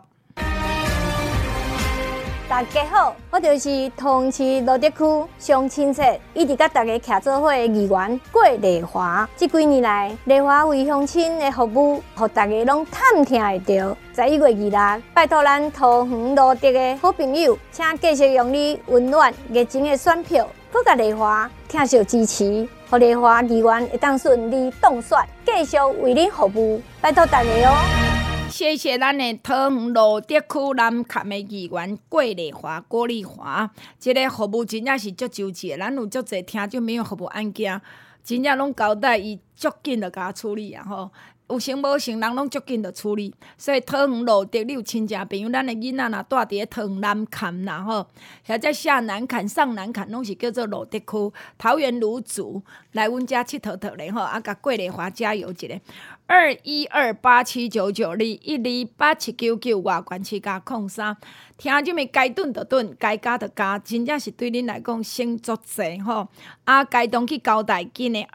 [SPEAKER 7] 大家好，我就是同市罗德区上亲切，一直甲大家徛做伙的议员郭丽华。这几年来，丽华为乡亲的服务，互大家拢探听会到。11月26日，拜托咱桃园罗德的好朋友，请继续用你温暖热情的选票，搁甲丽华听受支持，互丽华议员会当顺利当选，继续为您服务。拜托大家哦。
[SPEAKER 2] 谢谢咱的桃园罗德区南崁的议员郭丽华，这个服务真正是足周齐的。咱有足侪听众朋友服务案件，真正拢交代伊足紧就甲处理啊吼。有成无成，人拢足紧就处理。所以桃园罗德，你有亲戚朋友，咱的囡仔若住伫桃园南崁啦吼，或者下南崁、上南崁，拢是叫做罗德区。桃园芦竹来阮遮佚佗佗咧吼，啊，甲郭丽华加油一下。212879921287999外关市加03，听即物该顿就顿，该加就加，真正是对恁来讲省足济吼。啊，该当去交代紧的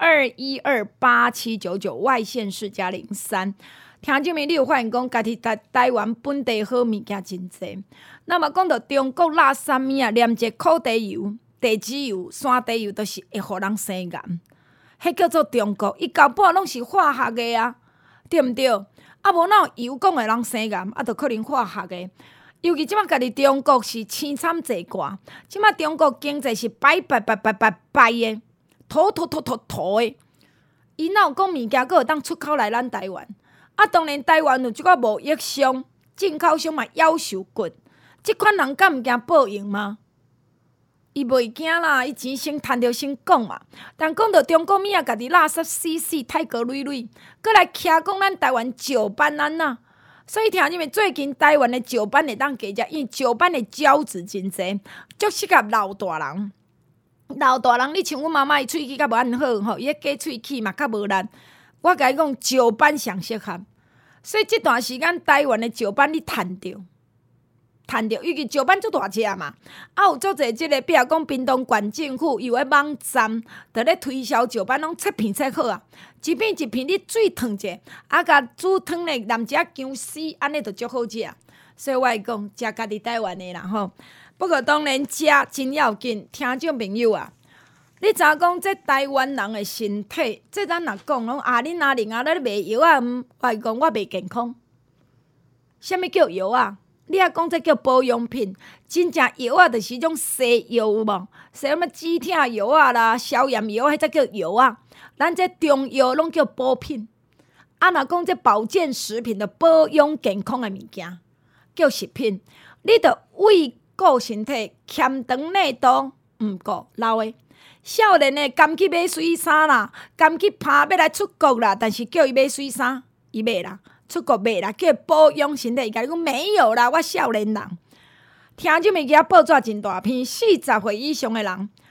[SPEAKER 2] 2128799外县市加03，听即物你有发现讲家己台湾本地好物件真济。那么讲到中国垃圾物啊，连一苦地油、地质油、山地油都是会互人生癌，迄叫做中国，伊搞不好拢是化学的啊。对毋对？啊，无哪有油讲会人生癌，啊，就可能化学的。尤其即摆家己中国是凄惨济寡，即摆中国经济是败的，土的。伊哪有讲物件佫会当出口来咱台湾？啊，当然台湾有即个贸易商、进口商嘛夭寿骨，即款人敢毋惊报应吗？伊袂惊啦，伊钱先趁着先讲嘛。但讲到中国物啊，家己垃圾死，泰国累，搁来徛讲咱台湾石斑咱呐。所以听你们最近台湾的石斑会当加食，因为石斑的胶质真济，足适合老大人。老大人，你像阮妈妈伊喙齿较无安好吼，伊个假喙齿嘛较无力。我甲伊讲石斑上适合，所以这段时间台湾的石斑你趁着。尤其石斑足大只嘛，啊有足侪即个，比如讲屏东县政府有个网站，伫咧推销石斑，拢切片好啊，一片你水烫者，啊甲煮汤咧淋一下姜丝，安尼就足好食。所以我会讲食家己台湾的啦吼。不过当然食真要紧，听众朋友啊，你知影讲这台湾人的身体，这咱若讲拢恁阿玲啊，咧卖药啊，我会讲我袂健康。啥物叫药啊？你啊讲这叫保养品，真正药啊，就是种西药有无？什么止痛药啊啦、消炎药，迄才叫药啊。咱这中药拢叫补品。啊，若讲这保健食品的保养健康的物件，叫食品。你着为顾身体，欠长内度，毋顾老的。少年的甘去买水衫啦，甘去拍要来出国啦，但是叫伊买水衫，伊买啦。出国买啦，叫保养身体，伊甲你讲没有啦，我少年人。听这物件报纸真大篇，40岁以上的人，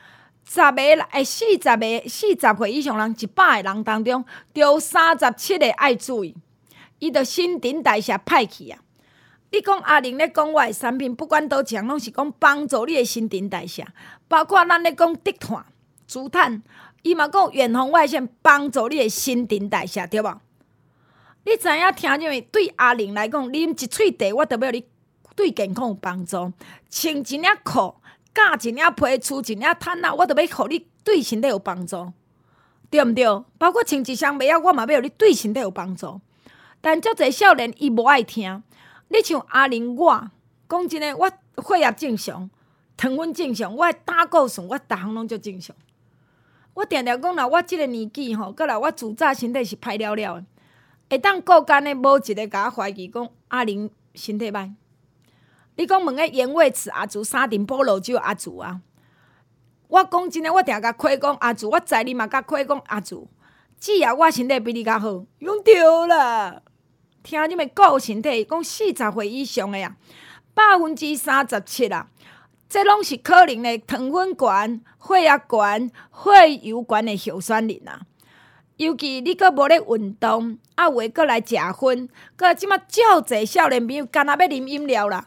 [SPEAKER 2] 40岁以上人100个人当中，就37个爱注意，伊就新陈代谢歹去啊。你讲阿玲咧讲我的产品，不管倒讲，拢是讲帮助你的新陈代谢，包括咱咧讲低碳、竹炭，伊嘛讲远红外线帮助你的新陈代谢，对无？你知影听众们对阿玲来讲，啉一喙茶，我代表你对健康有帮助。穿一领裤，夹一领皮，除一领炭啊，我代表互你对身体有帮助，对毋对？包括穿一双袜仔，我嘛要互你对身体有帮助。但足侪少年伊无爱听。你像阿玲，我讲真诶，我血压正常，糖分正常，我胆固醇我逐项拢足正常。我定定讲啦，我即个年纪吼，过来我自早身体是歹了了诶，会当顾干诶，无一个甲我怀疑讲阿玲身体歹。你讲问个盐味池阿祖、沙丁菠萝酒阿祖啊，我讲真诶，我定甲亏讲阿祖，我知你嘛甲亏讲阿祖，只要我身体比你较好，用对啦。听你们顾身体，讲40岁以上的啊，37%啊，这拢是可能的糖分悬、血压悬、血油悬的候选人啊。尤其你阁无咧运动，啊，有诶阁来食薰，阁即马足侪少年朋友干那要啉饮料啦，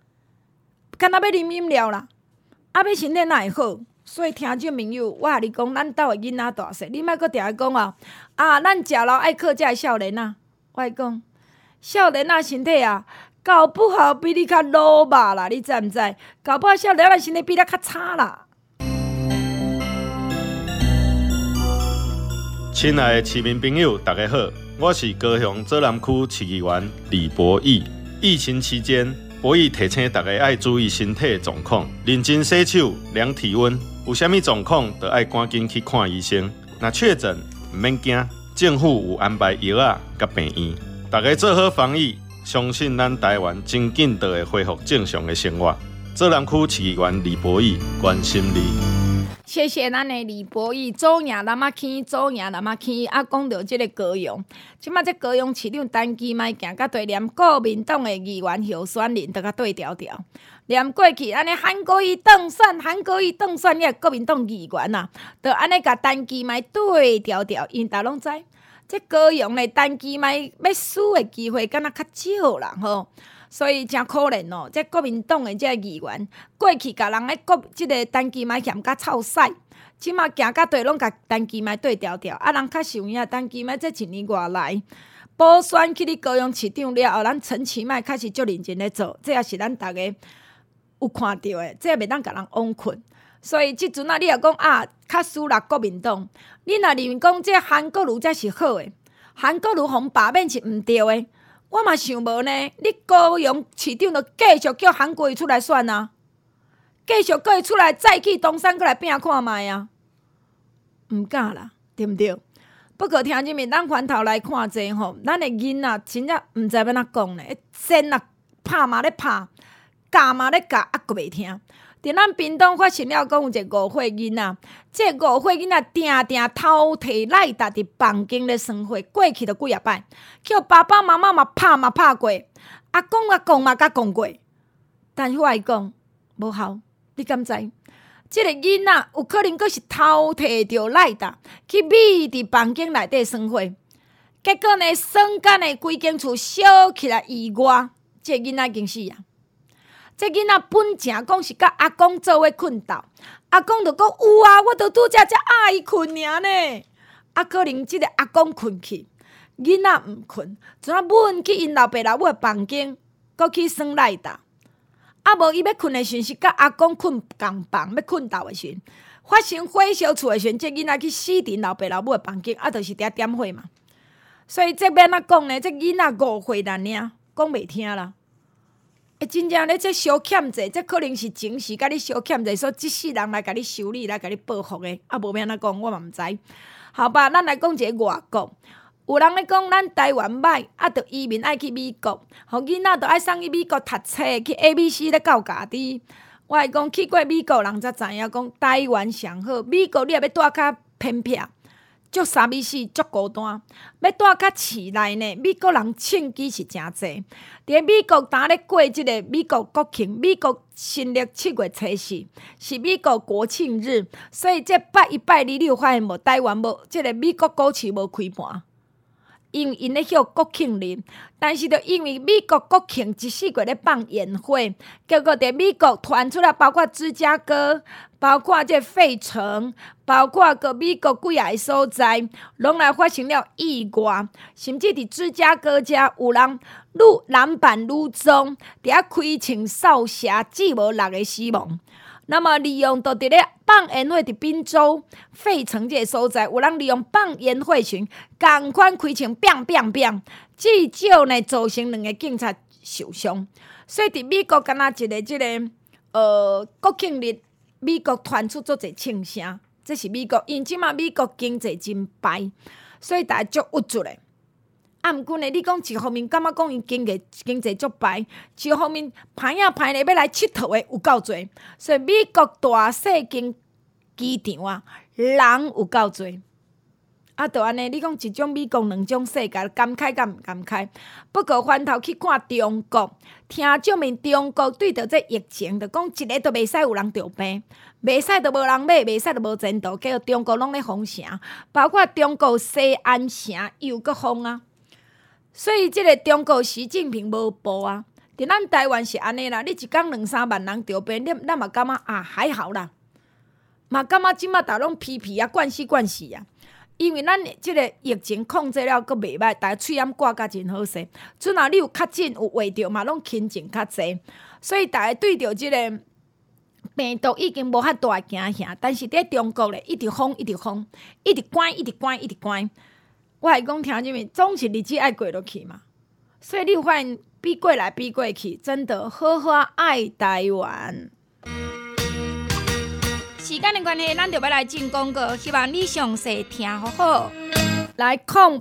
[SPEAKER 2] 啊，要身体哪会好？所以听众朋友，我甲你讲，咱兜的囡仔大细，你莫阁定讲啊，咱食老爱靠这少年啊，我会讲。少年仔身体啊，搞不好比你较老吧啦，你知毋知？搞不好少年仔身体比你较差啦。
[SPEAKER 8] 亲爱的市民朋友，大家好，我是高雄左南区市议员李博义。疫情期间，博义提醒大家爱注意身体状况，认真洗手、量体温，有啥物状况就爱赶紧去看医生。若确诊，唔免惊，政府有安排药啊甲病院。大家做好防疫，相信咱台湾真紧就会恢复正常的生活。左南区市议员李博义关心你。
[SPEAKER 2] 谢谢咱的李博义，左营南仔坑，左营南仔坑啊，讲到即个高雄，即马这高雄市长陈其迈行甲对连国民党的议员候选人，都甲对调调。连过去安尼韩国瑜当选，遐国民党议员啊，就安尼甲陈其迈对调调，因大拢知。这高雄的陈其迈要输的机会敢若较少啦吼，所以真可怜哦。这国民党的这议员过去甲人咧这个陈其迈嫌甲臭屎，即马行甲对拢甲陈其迈对调调，啊人较想影陈其迈这一年外来补选去你高雄市长了后，咱陈其迈开始足认真咧做，这也是咱大家有看到的，这也袂当甲人枉困。所以即阵你若讲较输啦国民党，你若认为讲这韩国瑜才是好的，韩国瑜互罢免是毋对的，我嘛想无呢。你高雄市长就继续叫韩国瑜出来选啊，继续叫伊出来再去东山过来拼看卖啊，毋敢啦，对毋对？不过听众们，咱翻头来看这吼，咱的囡仔真正毋知要怎讲呢？先啊拍嘛咧拍，教嘛咧教，阁袂听。伫咱屏东发生了，讲有一个5岁囡仔，这5岁囡仔定定偷摕赖达伫房间咧生活，过去就几啊摆，叫爸爸妈妈嘛拍过，阿公阿公嘛甲讲过，但是我来讲无效，你敢知？这个囡仔有可能阁是偷摕着赖达去秘伫房间内底生活，结果呢，瞬间的规间厝烧起来意外，这囡仔已经死啊！这囡仔本正讲是甲阿公做伙困斗，阿公就讲有啊，我就拄则才爱伊困尔呢。啊，可能即个阿公困去，囡仔毋困，怎啊阮去因老爸老母的房间，搁去耍赖达。啊，无伊要困的时是甲阿公困共房，要困斗的时发生火烧厝的时，这囡仔去死伫老爸老母的房间，啊，就是伫点火嘛。所以这要怎讲呢？这囡仔5岁啦，讲袂听啦。真正咧，这小欠债，这可能是前时甲你小欠债，所以即世人来甲你修理，来甲你报复的，啊，无要安怎讲，我嘛毋知。好吧，咱来讲一个外国，有人咧讲咱台湾歹，啊，着移民爱去美国，互囡仔着爱送去美国读册，去 ABC 咧教家己。我会讲去过美国人才知影，讲台湾上好，美国你也要住较偏僻， 足三米四，足孤单。要住较市内呢，美国人趁机是诚济。伫美国呾咧过即个美国国庆，美国新历7月初4是美国国庆日，所以这拜一拜你有发现无？台湾无即个美国股市无开盘。因为因咧休国庆日，但是就因为美国国庆14月咧放烟火，结果伫美国传出来，包括芝加哥，包括这费城，包括个美国几啊个所在，拢来发生了意外，甚至伫芝加哥遮有人男扮女装，伫遐开枪扫射，致无6个死亡。那么利用到伫咧放烟火伫宾州费城这个所在，有人利用放烟火时，同款开枪，至少呢造成2个警察受伤。所以伫美国敢若一个即个国庆日，美国传出足侪庆声，这是美国，因即马美国经济真歹，所以大家足郁卒咧。啊，毋过呢，你讲一方面感觉讲因经济足歹，一方面歹咧要来佚佗的有够侪，所以美国大细经机场啊，人有够侪。啊，就安尼，你讲一种美国两种世界，感慨敢毋感慨？不过翻头去看中国，听证明中国对着这疫情，就讲一个都袂使有人着病，袂使就无人买，袂使就无前途。结果中国拢咧封城，包括中国西安城又搁封啊。所以，即个中国习近平无报啊！伫咱台湾是安尼啦，你一工2-3万人着病，咱嘛感觉啊还好啦，嘛感觉即马大拢皮啊，惯死啊！因为咱即个疫情控制了，阁袂歹，大家喙炎挂甲真好势。阵啊，你有确诊有话着嘛，拢轻症较济，所以大家对着即个病毒已经无遐大惊吓。但是伫中国咧，一直封，一直关。我会讲听啥物，总是日子爱过落去嘛。所以你有发现比过来比过去，真的好好爱台湾。时间的关系，咱就要来进广告，希望你详细听好好。来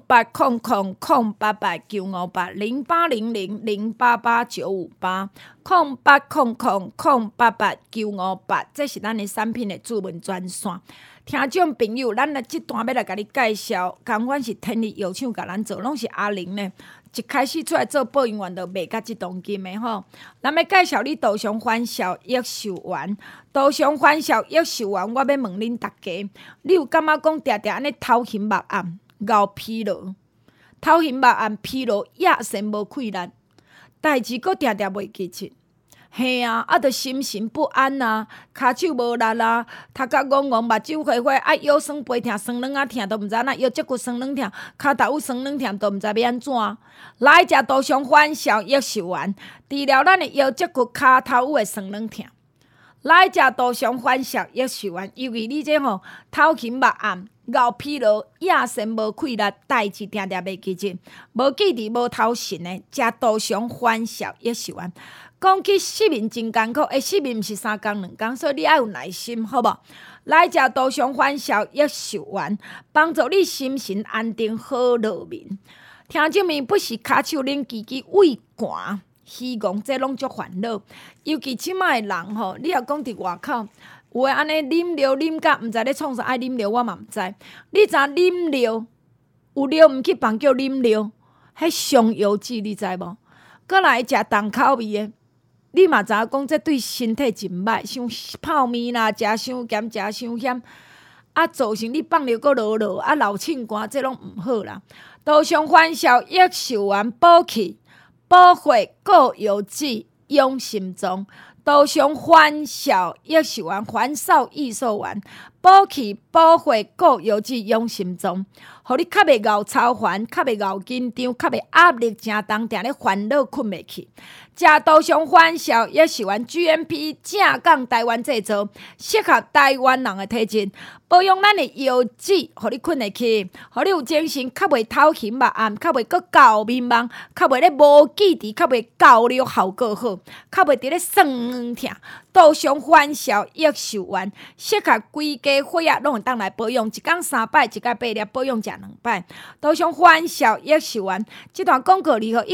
[SPEAKER 2] 0800-088-958，0800-088-958，这是咱的产品的主文专线。听众朋友，咱这段要来甲你介绍，同款是天力药厂甲咱做，拢是阿玲呢。一开始出来做保养员，就卖甲即当金的吼。咱要介绍你杜尚欢笑益寿丸，杜尚欢笑益寿丸，我要问恁大家，你有感觉讲定定安尼头晕目暗、熬疲劳、头晕目暗、疲劳、夜神无气力，代志阁定定袂记清？嘿啊，啊，着心神不安啊，骹手无力啊，头壳戆戆，目睭花花，啊腰酸背痛，酸软啊痛，都毋知影腰脊骨酸软痛，骹头有酸软痛，都毋知要安怎。来食杜尚欢笑益寿丸，治疗咱的腰脊骨、骹头有的酸软痛。来食杜尚欢笑益寿丸，因为你这头晕目暗、熬疲劳、夜神无气力，代志定定袂记清，无记忆无头神的，食杜尚欢笑益寿丸。讲起失眠真艰苦，失眠毋是3工2工，所以你爱有耐心，好无？来食杜尚欢笑益寿丸，帮助你心神安定，好入眠。听证明不是骹手冷叽叽、胃寒、虚戆，这拢足烦恼。尤其即摆的人吼，你若讲伫外口，有诶安尼啉料啉甲毋知咧创啥，爱啉料我嘛毋知。你知啉料有料毋去房叫啉料，迄上油脂你知无？搁来食重口味诶。你嘛知影讲，这对身体真歹，伤泡面啦，食伤咸，食伤咸，啊，造成你放尿阁落，啊，老凊寒，这拢毋好啦。杜尚欢笑益寿丸补气、补血、固油脂、养心脏。杜尚欢笑益寿丸、欢笑益寿丸，补气、补血、固油脂、养心脏，互你较袂熬操烦，较袂熬紧张，较袂压力真重，定咧烦恼困袂去。食杜尚欢笑益寿丸 GMP 正港台湾制造，适合台湾人的体质，保养咱的腰子，互你困会去，互你有精神，较袂头晕目暗，较袂阁搞迷茫，较袂咧无记忆，较袂交流效果好，较袂伫咧酸痛。杜尚欢笑益寿丸适合规家伙仔拢会当来保养，一工3摆，一摆8粒，保养食2摆。杜尚欢笑益寿丸，这段广告2号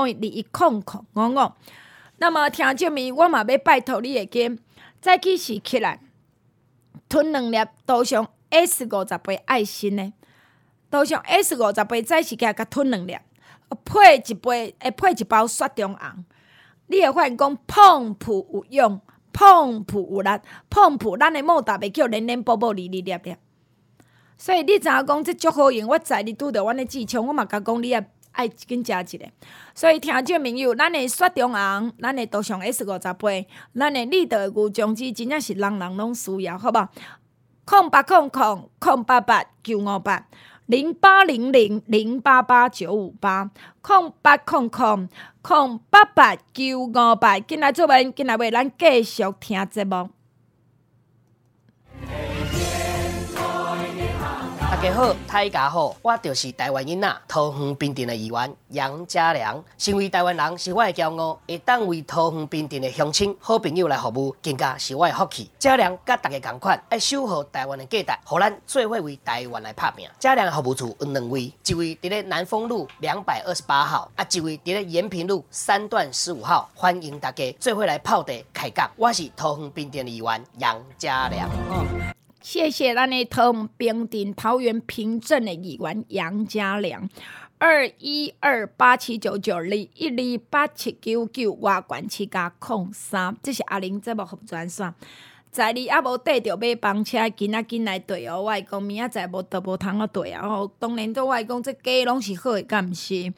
[SPEAKER 2] 105210055。那么听证明，我嘛要拜托你个，早起时起来，吞2粒杜尚 S50杯爱心的， 涂上 S50杯早时起甲吞2粒，配一包雪中红。你会发现讲澎湃有用，澎湃有力，澎湃咱的毛达袂叫连连补补哩哩粒粒。所以你知影讲这足好用，我知你拄着阮的痔疮，我嘛甲讲你也爱紧食一个。所以听众朋友，咱的雪中红，咱的涂上 S50杯，咱的立德牛姜汁，真正是人人拢需要，好无？0800-088-958。0800-088-958，0800-088-958，进来做文，进来为咱继续听节目。
[SPEAKER 9] 大家好，大家好，我就是台湾囡仔桃园滨镇的议员杨家良。身为台湾人是我的骄傲，会当为桃园滨镇的乡亲、好朋友来服务，更加是我的福气。家良甲大家同款，爱守护台湾的价值，互咱做伙为台湾来拍拼。家良的服务处有2位，一位伫咧南丰路228号，一位伫咧延平路3段15号。欢迎大家做伙来泡茶开讲。我是桃园滨镇的议员杨家良。
[SPEAKER 2] 谢谢咱的桃园平镇桃园平镇的议员杨家良，212879921287799外管7+03，这是阿玲节目服专线。在你还无缀着买房车，紧来缀哦！我讲明仔载无都无通啊缀啊！吼，当然做我讲这价拢是好的，敢毋是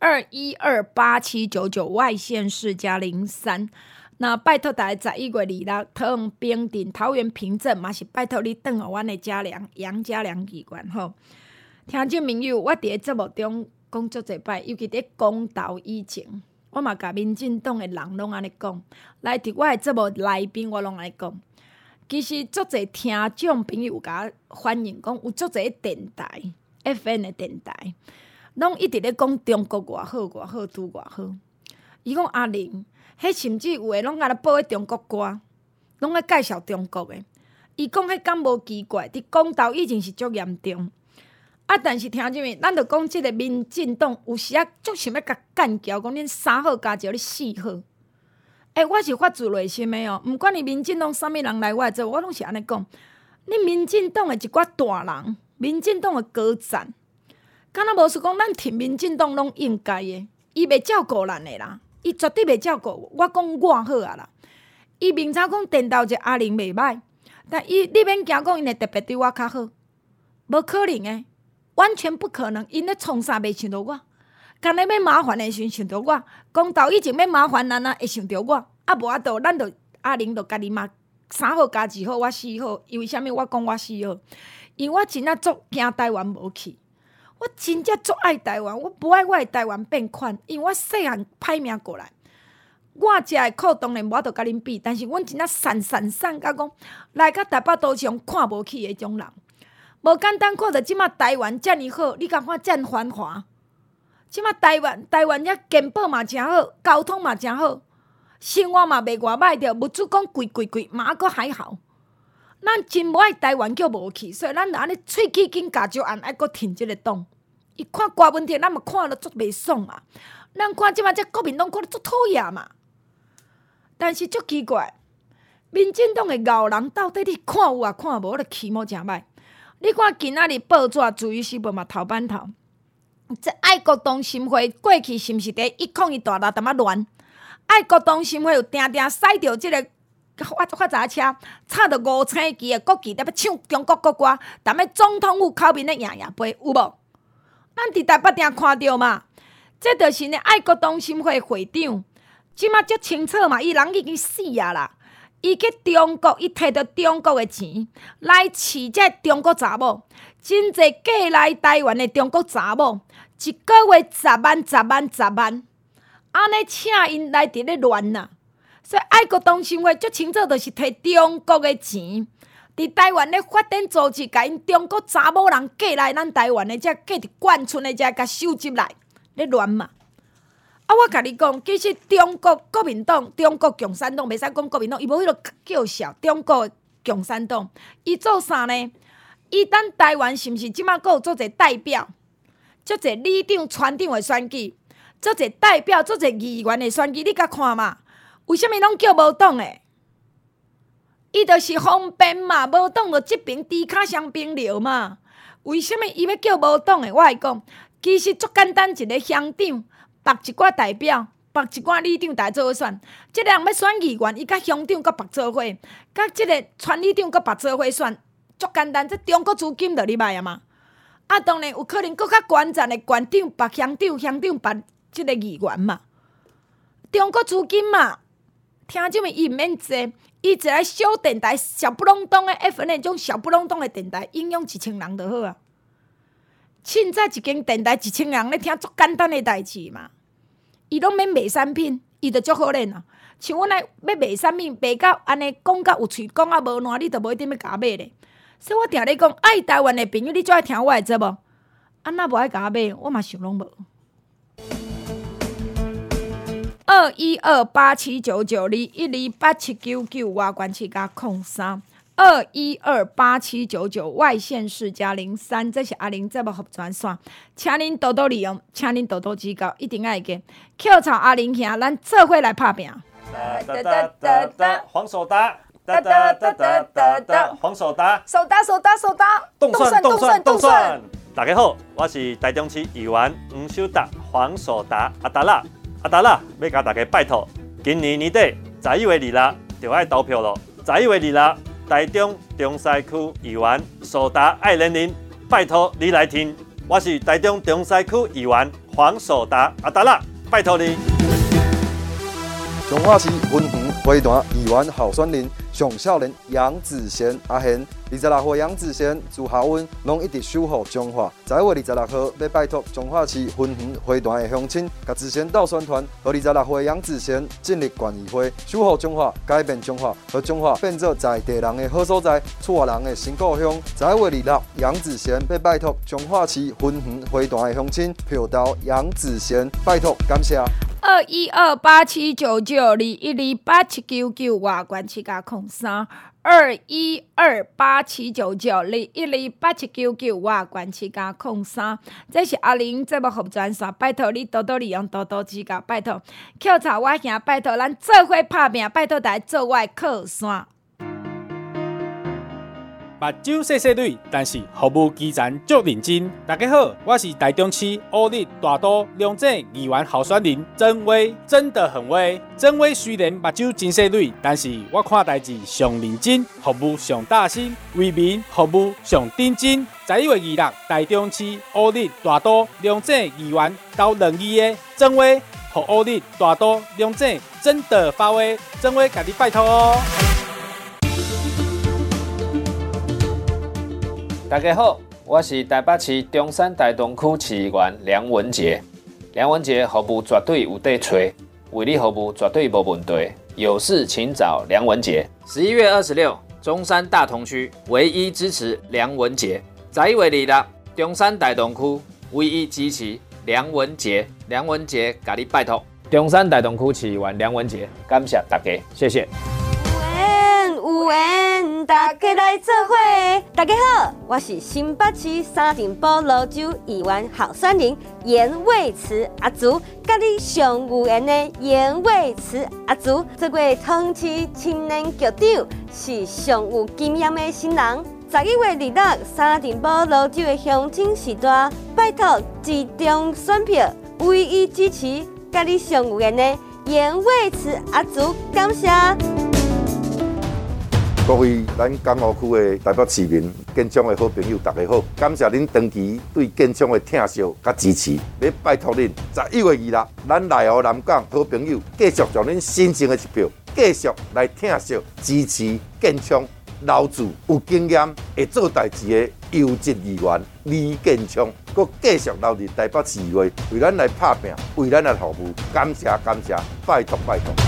[SPEAKER 2] ？2128799外县市加03。那拜托大家11月26，桃园平镇桃园平镇嘛是拜托你转互阮的家良杨家良议员吼。听众朋友，我伫咧节目中讲足侪摆，尤其伫公投以前，我嘛甲民进党的人拢安尼讲，来伫我的节目来宾我拢安尼讲。其实足侪听众朋友甲我反映讲，有足侪电台 FM 的电台，拢一直咧讲中国偌好偌好，拄偌好。伊讲阿玲。迄甚至有诶，拢甲咧播迄中国歌，拢咧介绍中国诶。伊讲迄敢无奇怪？伫公投以前是足严重，但是听啥物？咱着讲即个民进党有时啊，足想要甲干交，讲恁3号加招，你4号。我是发自内心诶哦，毋管你民进党啥物人来我诶做，我拢是安尼讲。恁民进党诶一寡大人，民进党诶高层，敢若无是讲咱挺民进党拢应该诶，伊袂照顾咱诶啦。伊绝对袂照顾我，讲我好啊啦。伊明知讲电头一阿玲袂歹，但你免惊讲因会特别对我较好，无可能诶，完全不可能。因咧创啥袂想到我，干咧要麻烦诶时想到我，公投以前要麻烦咱会想到我，无法度，咱就阿玲就家己嘛3号加2号，我4号。因为啥物？我讲我4号，因为我真正足惊台湾无去。我真正足爱台湾，我不爱我的台湾变款，因为我细汉歹命过来。我食的苦当然无法度甲恁比，但是阮真正散，甲讲来甲台北都市看无起的种人，无简单看着即马台湾遮尔好，你甲看遮繁华。即马台湾遮健保嘛诚好，交通嘛诚好，生活嘛袂偌歹着，物资讲贵嘛阁还好。咱真无爱台湾叫无去，所以咱就安尼喙齿紧加少按，爱阁挺即个党。伊看大问题，咱嘛看了足袂爽啊！咱看即马这国民党看得足讨厌嘛。但是足奇怪，民进党的敖人到底你看有啊看无？我著气毛诚歹。你看今仔日报纸自由时报嘛头版头，这爱国中心会过去是毋是伫101大楼淡仔乱？爱国中心会有定驶着即个。发查车插着5000支的国旗，在要唱中国国歌，踮咧总统府口面咧夜飞，有无？咱伫台北定看到嘛？这就是呢爱国中心会会长，即马足清楚嘛？伊人已经死啊啦！伊去中国，伊摕着中国的钱来饲这中国查某，真侪嫁来台湾的中国查某，一个月10万，安尼请因来伫咧乱呐！所以爱国中心会足清楚，就是摕中国的钱，伫台湾咧发展组织，甲因中国查某人嫁来咱台湾的，才嫁伫眷村的，才甲收集来咧乱嘛。我甲你讲，其实中国国民党、中国共产党，袂使讲国民党，伊无迄个叫嚣。中国共产党，伊做啥呢？伊咱台湾是毋是即马阁有做者代表，做者里长、村长的选举，做者代表，做者议员的选举，你甲看嘛？为什么拢叫无党诶？伊就是方便嘛，无党就即边猪骹双边流嘛。 为什么伊要叫无党的？我来讲，其实足简单，一个乡长绑一寡代表，绑一寡里长来做伙选。即个人要选议员，伊甲乡长搁绑做伙，甲即个村里长搁绑做伙选，足简单。这中国资金就你歹啊嘛。啊，当然有可能搁较关键的县长绑乡长，乡长绑即个议员嘛。中国资金嘛，听这么伊毋免坐，伊一个小电台，小不隆咚的 FM 那种小不隆咚的电台，影响1000人就好啊。凊彩一间电台1000人咧听足简单的代志嘛，伊拢免卖产品，伊就足好咧啊。像阮来要卖产品，卖到安尼讲到有喙，讲啊无烂，你就无一定要甲我买咧。所以我定咧讲，爱台湾的朋友，你最爱听我的节目，啊若无爱甲我买，我嘛想拢无。212879921287799外关市加03 2128799外县市加03，这是阿玲节目服传线，请您多多利用，请您多多指教，一定爱记。扣草阿玲兄，咱做伙来拍拼。
[SPEAKER 3] 黄手搭，黄手搭，
[SPEAKER 2] 手搭，
[SPEAKER 3] 动算。大家好，我是台中市议员黄守达，黄手达阿达拉，要甲大家拜托，今年年底11月26就爱投票咯。11月26，台中中西区议员守达爱人民，拜托你来听，我是台中中西区议员黄守达阿达拉，拜托你。
[SPEAKER 10] 彰化市文园花坛议员候选人上少年杨子贤阿贤，26岁杨子贤自校运拢一直守护彰化。11月26号要拜托彰化市文园花坛的乡亲，甲子贤斗宣传，和26岁杨子贤进入县议会，守护彰化，改变彰化，和彰化变作在地人的好所在，厝外人的新故乡。11月26，杨子贤要拜托彰化市文园花坛的乡亲，票投杨子贤，拜托感谢。
[SPEAKER 2] 212879921287799外关市加03 212879921287799外关市加03，这是阿玲节目服专线，拜托你多多利用，多多指教，拜托。扣草我兄，拜托咱做伙拍拼，拜托大家做我的靠山。
[SPEAKER 3] 目睭细细蕊，但是服务基层足认真。大家好，我是台中市乌日大都龙井议员候选人曾威，真的很威。曾威虽然目睭真细蕊，但是我看代志上认真，服务上大心，为民服务上认真。11月26，台中市乌日大都龙井议员投2亿的曾威，和乌日大都龙井真的发威，曾威甲你拜托哦。
[SPEAKER 6] 大家好，我是台北市中山大东区市议员梁文杰。梁文杰服务绝对有得找，为你服务绝对无问题。有事请找梁文杰。11月26，中山大同区唯一支持梁文杰。11月26，中山大东区唯一支持梁文杰。梁文杰，甲你拜托。中山大东区市议员梁文杰，感谢大家，谢谢。
[SPEAKER 11] 有缘，大家来做伙。大家好，我是新北市三重埔蘆洲议员候选人严惠慈阿竹，甲你上有缘的严惠慈阿竹，做过汤市青年局长，是上有经验的新人。11月26，三重埔蘆洲的乡亲时代，拜托集中选票，唯一支持甲你上有缘的严惠慈阿竹，感谢。
[SPEAKER 10] 各位咱港澳区的台北市民、建中的好朋友，大家好！感谢恁长期对建中的疼惜甲支持，要拜托恁11月26，咱内湖南港好朋友继续将恁新增的一票，继续来疼惜支持建中老自有经验、会做代志的优质议员李建昌，佮继续留伫台北市议会，为咱来拍拼，为咱来服务。感谢，拜托。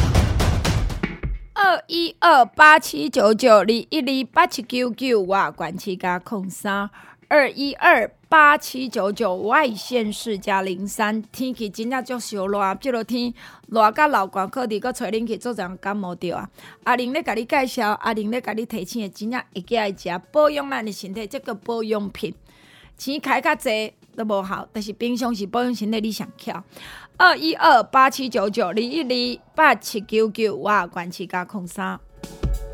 [SPEAKER 2] 212879921287799外关市加03 2128799外县市加03。天气真正足烧热，这落天热甲流汗，可能佮吹冷气，做人感冒着啊。阿玲咧甲你介绍，阿玲咧甲你提醒的，真正会记爱食保养咱的身体，这个保养品，钱开较济都无效，但是平常时保养身体你上巧。212879921287799外关市加03。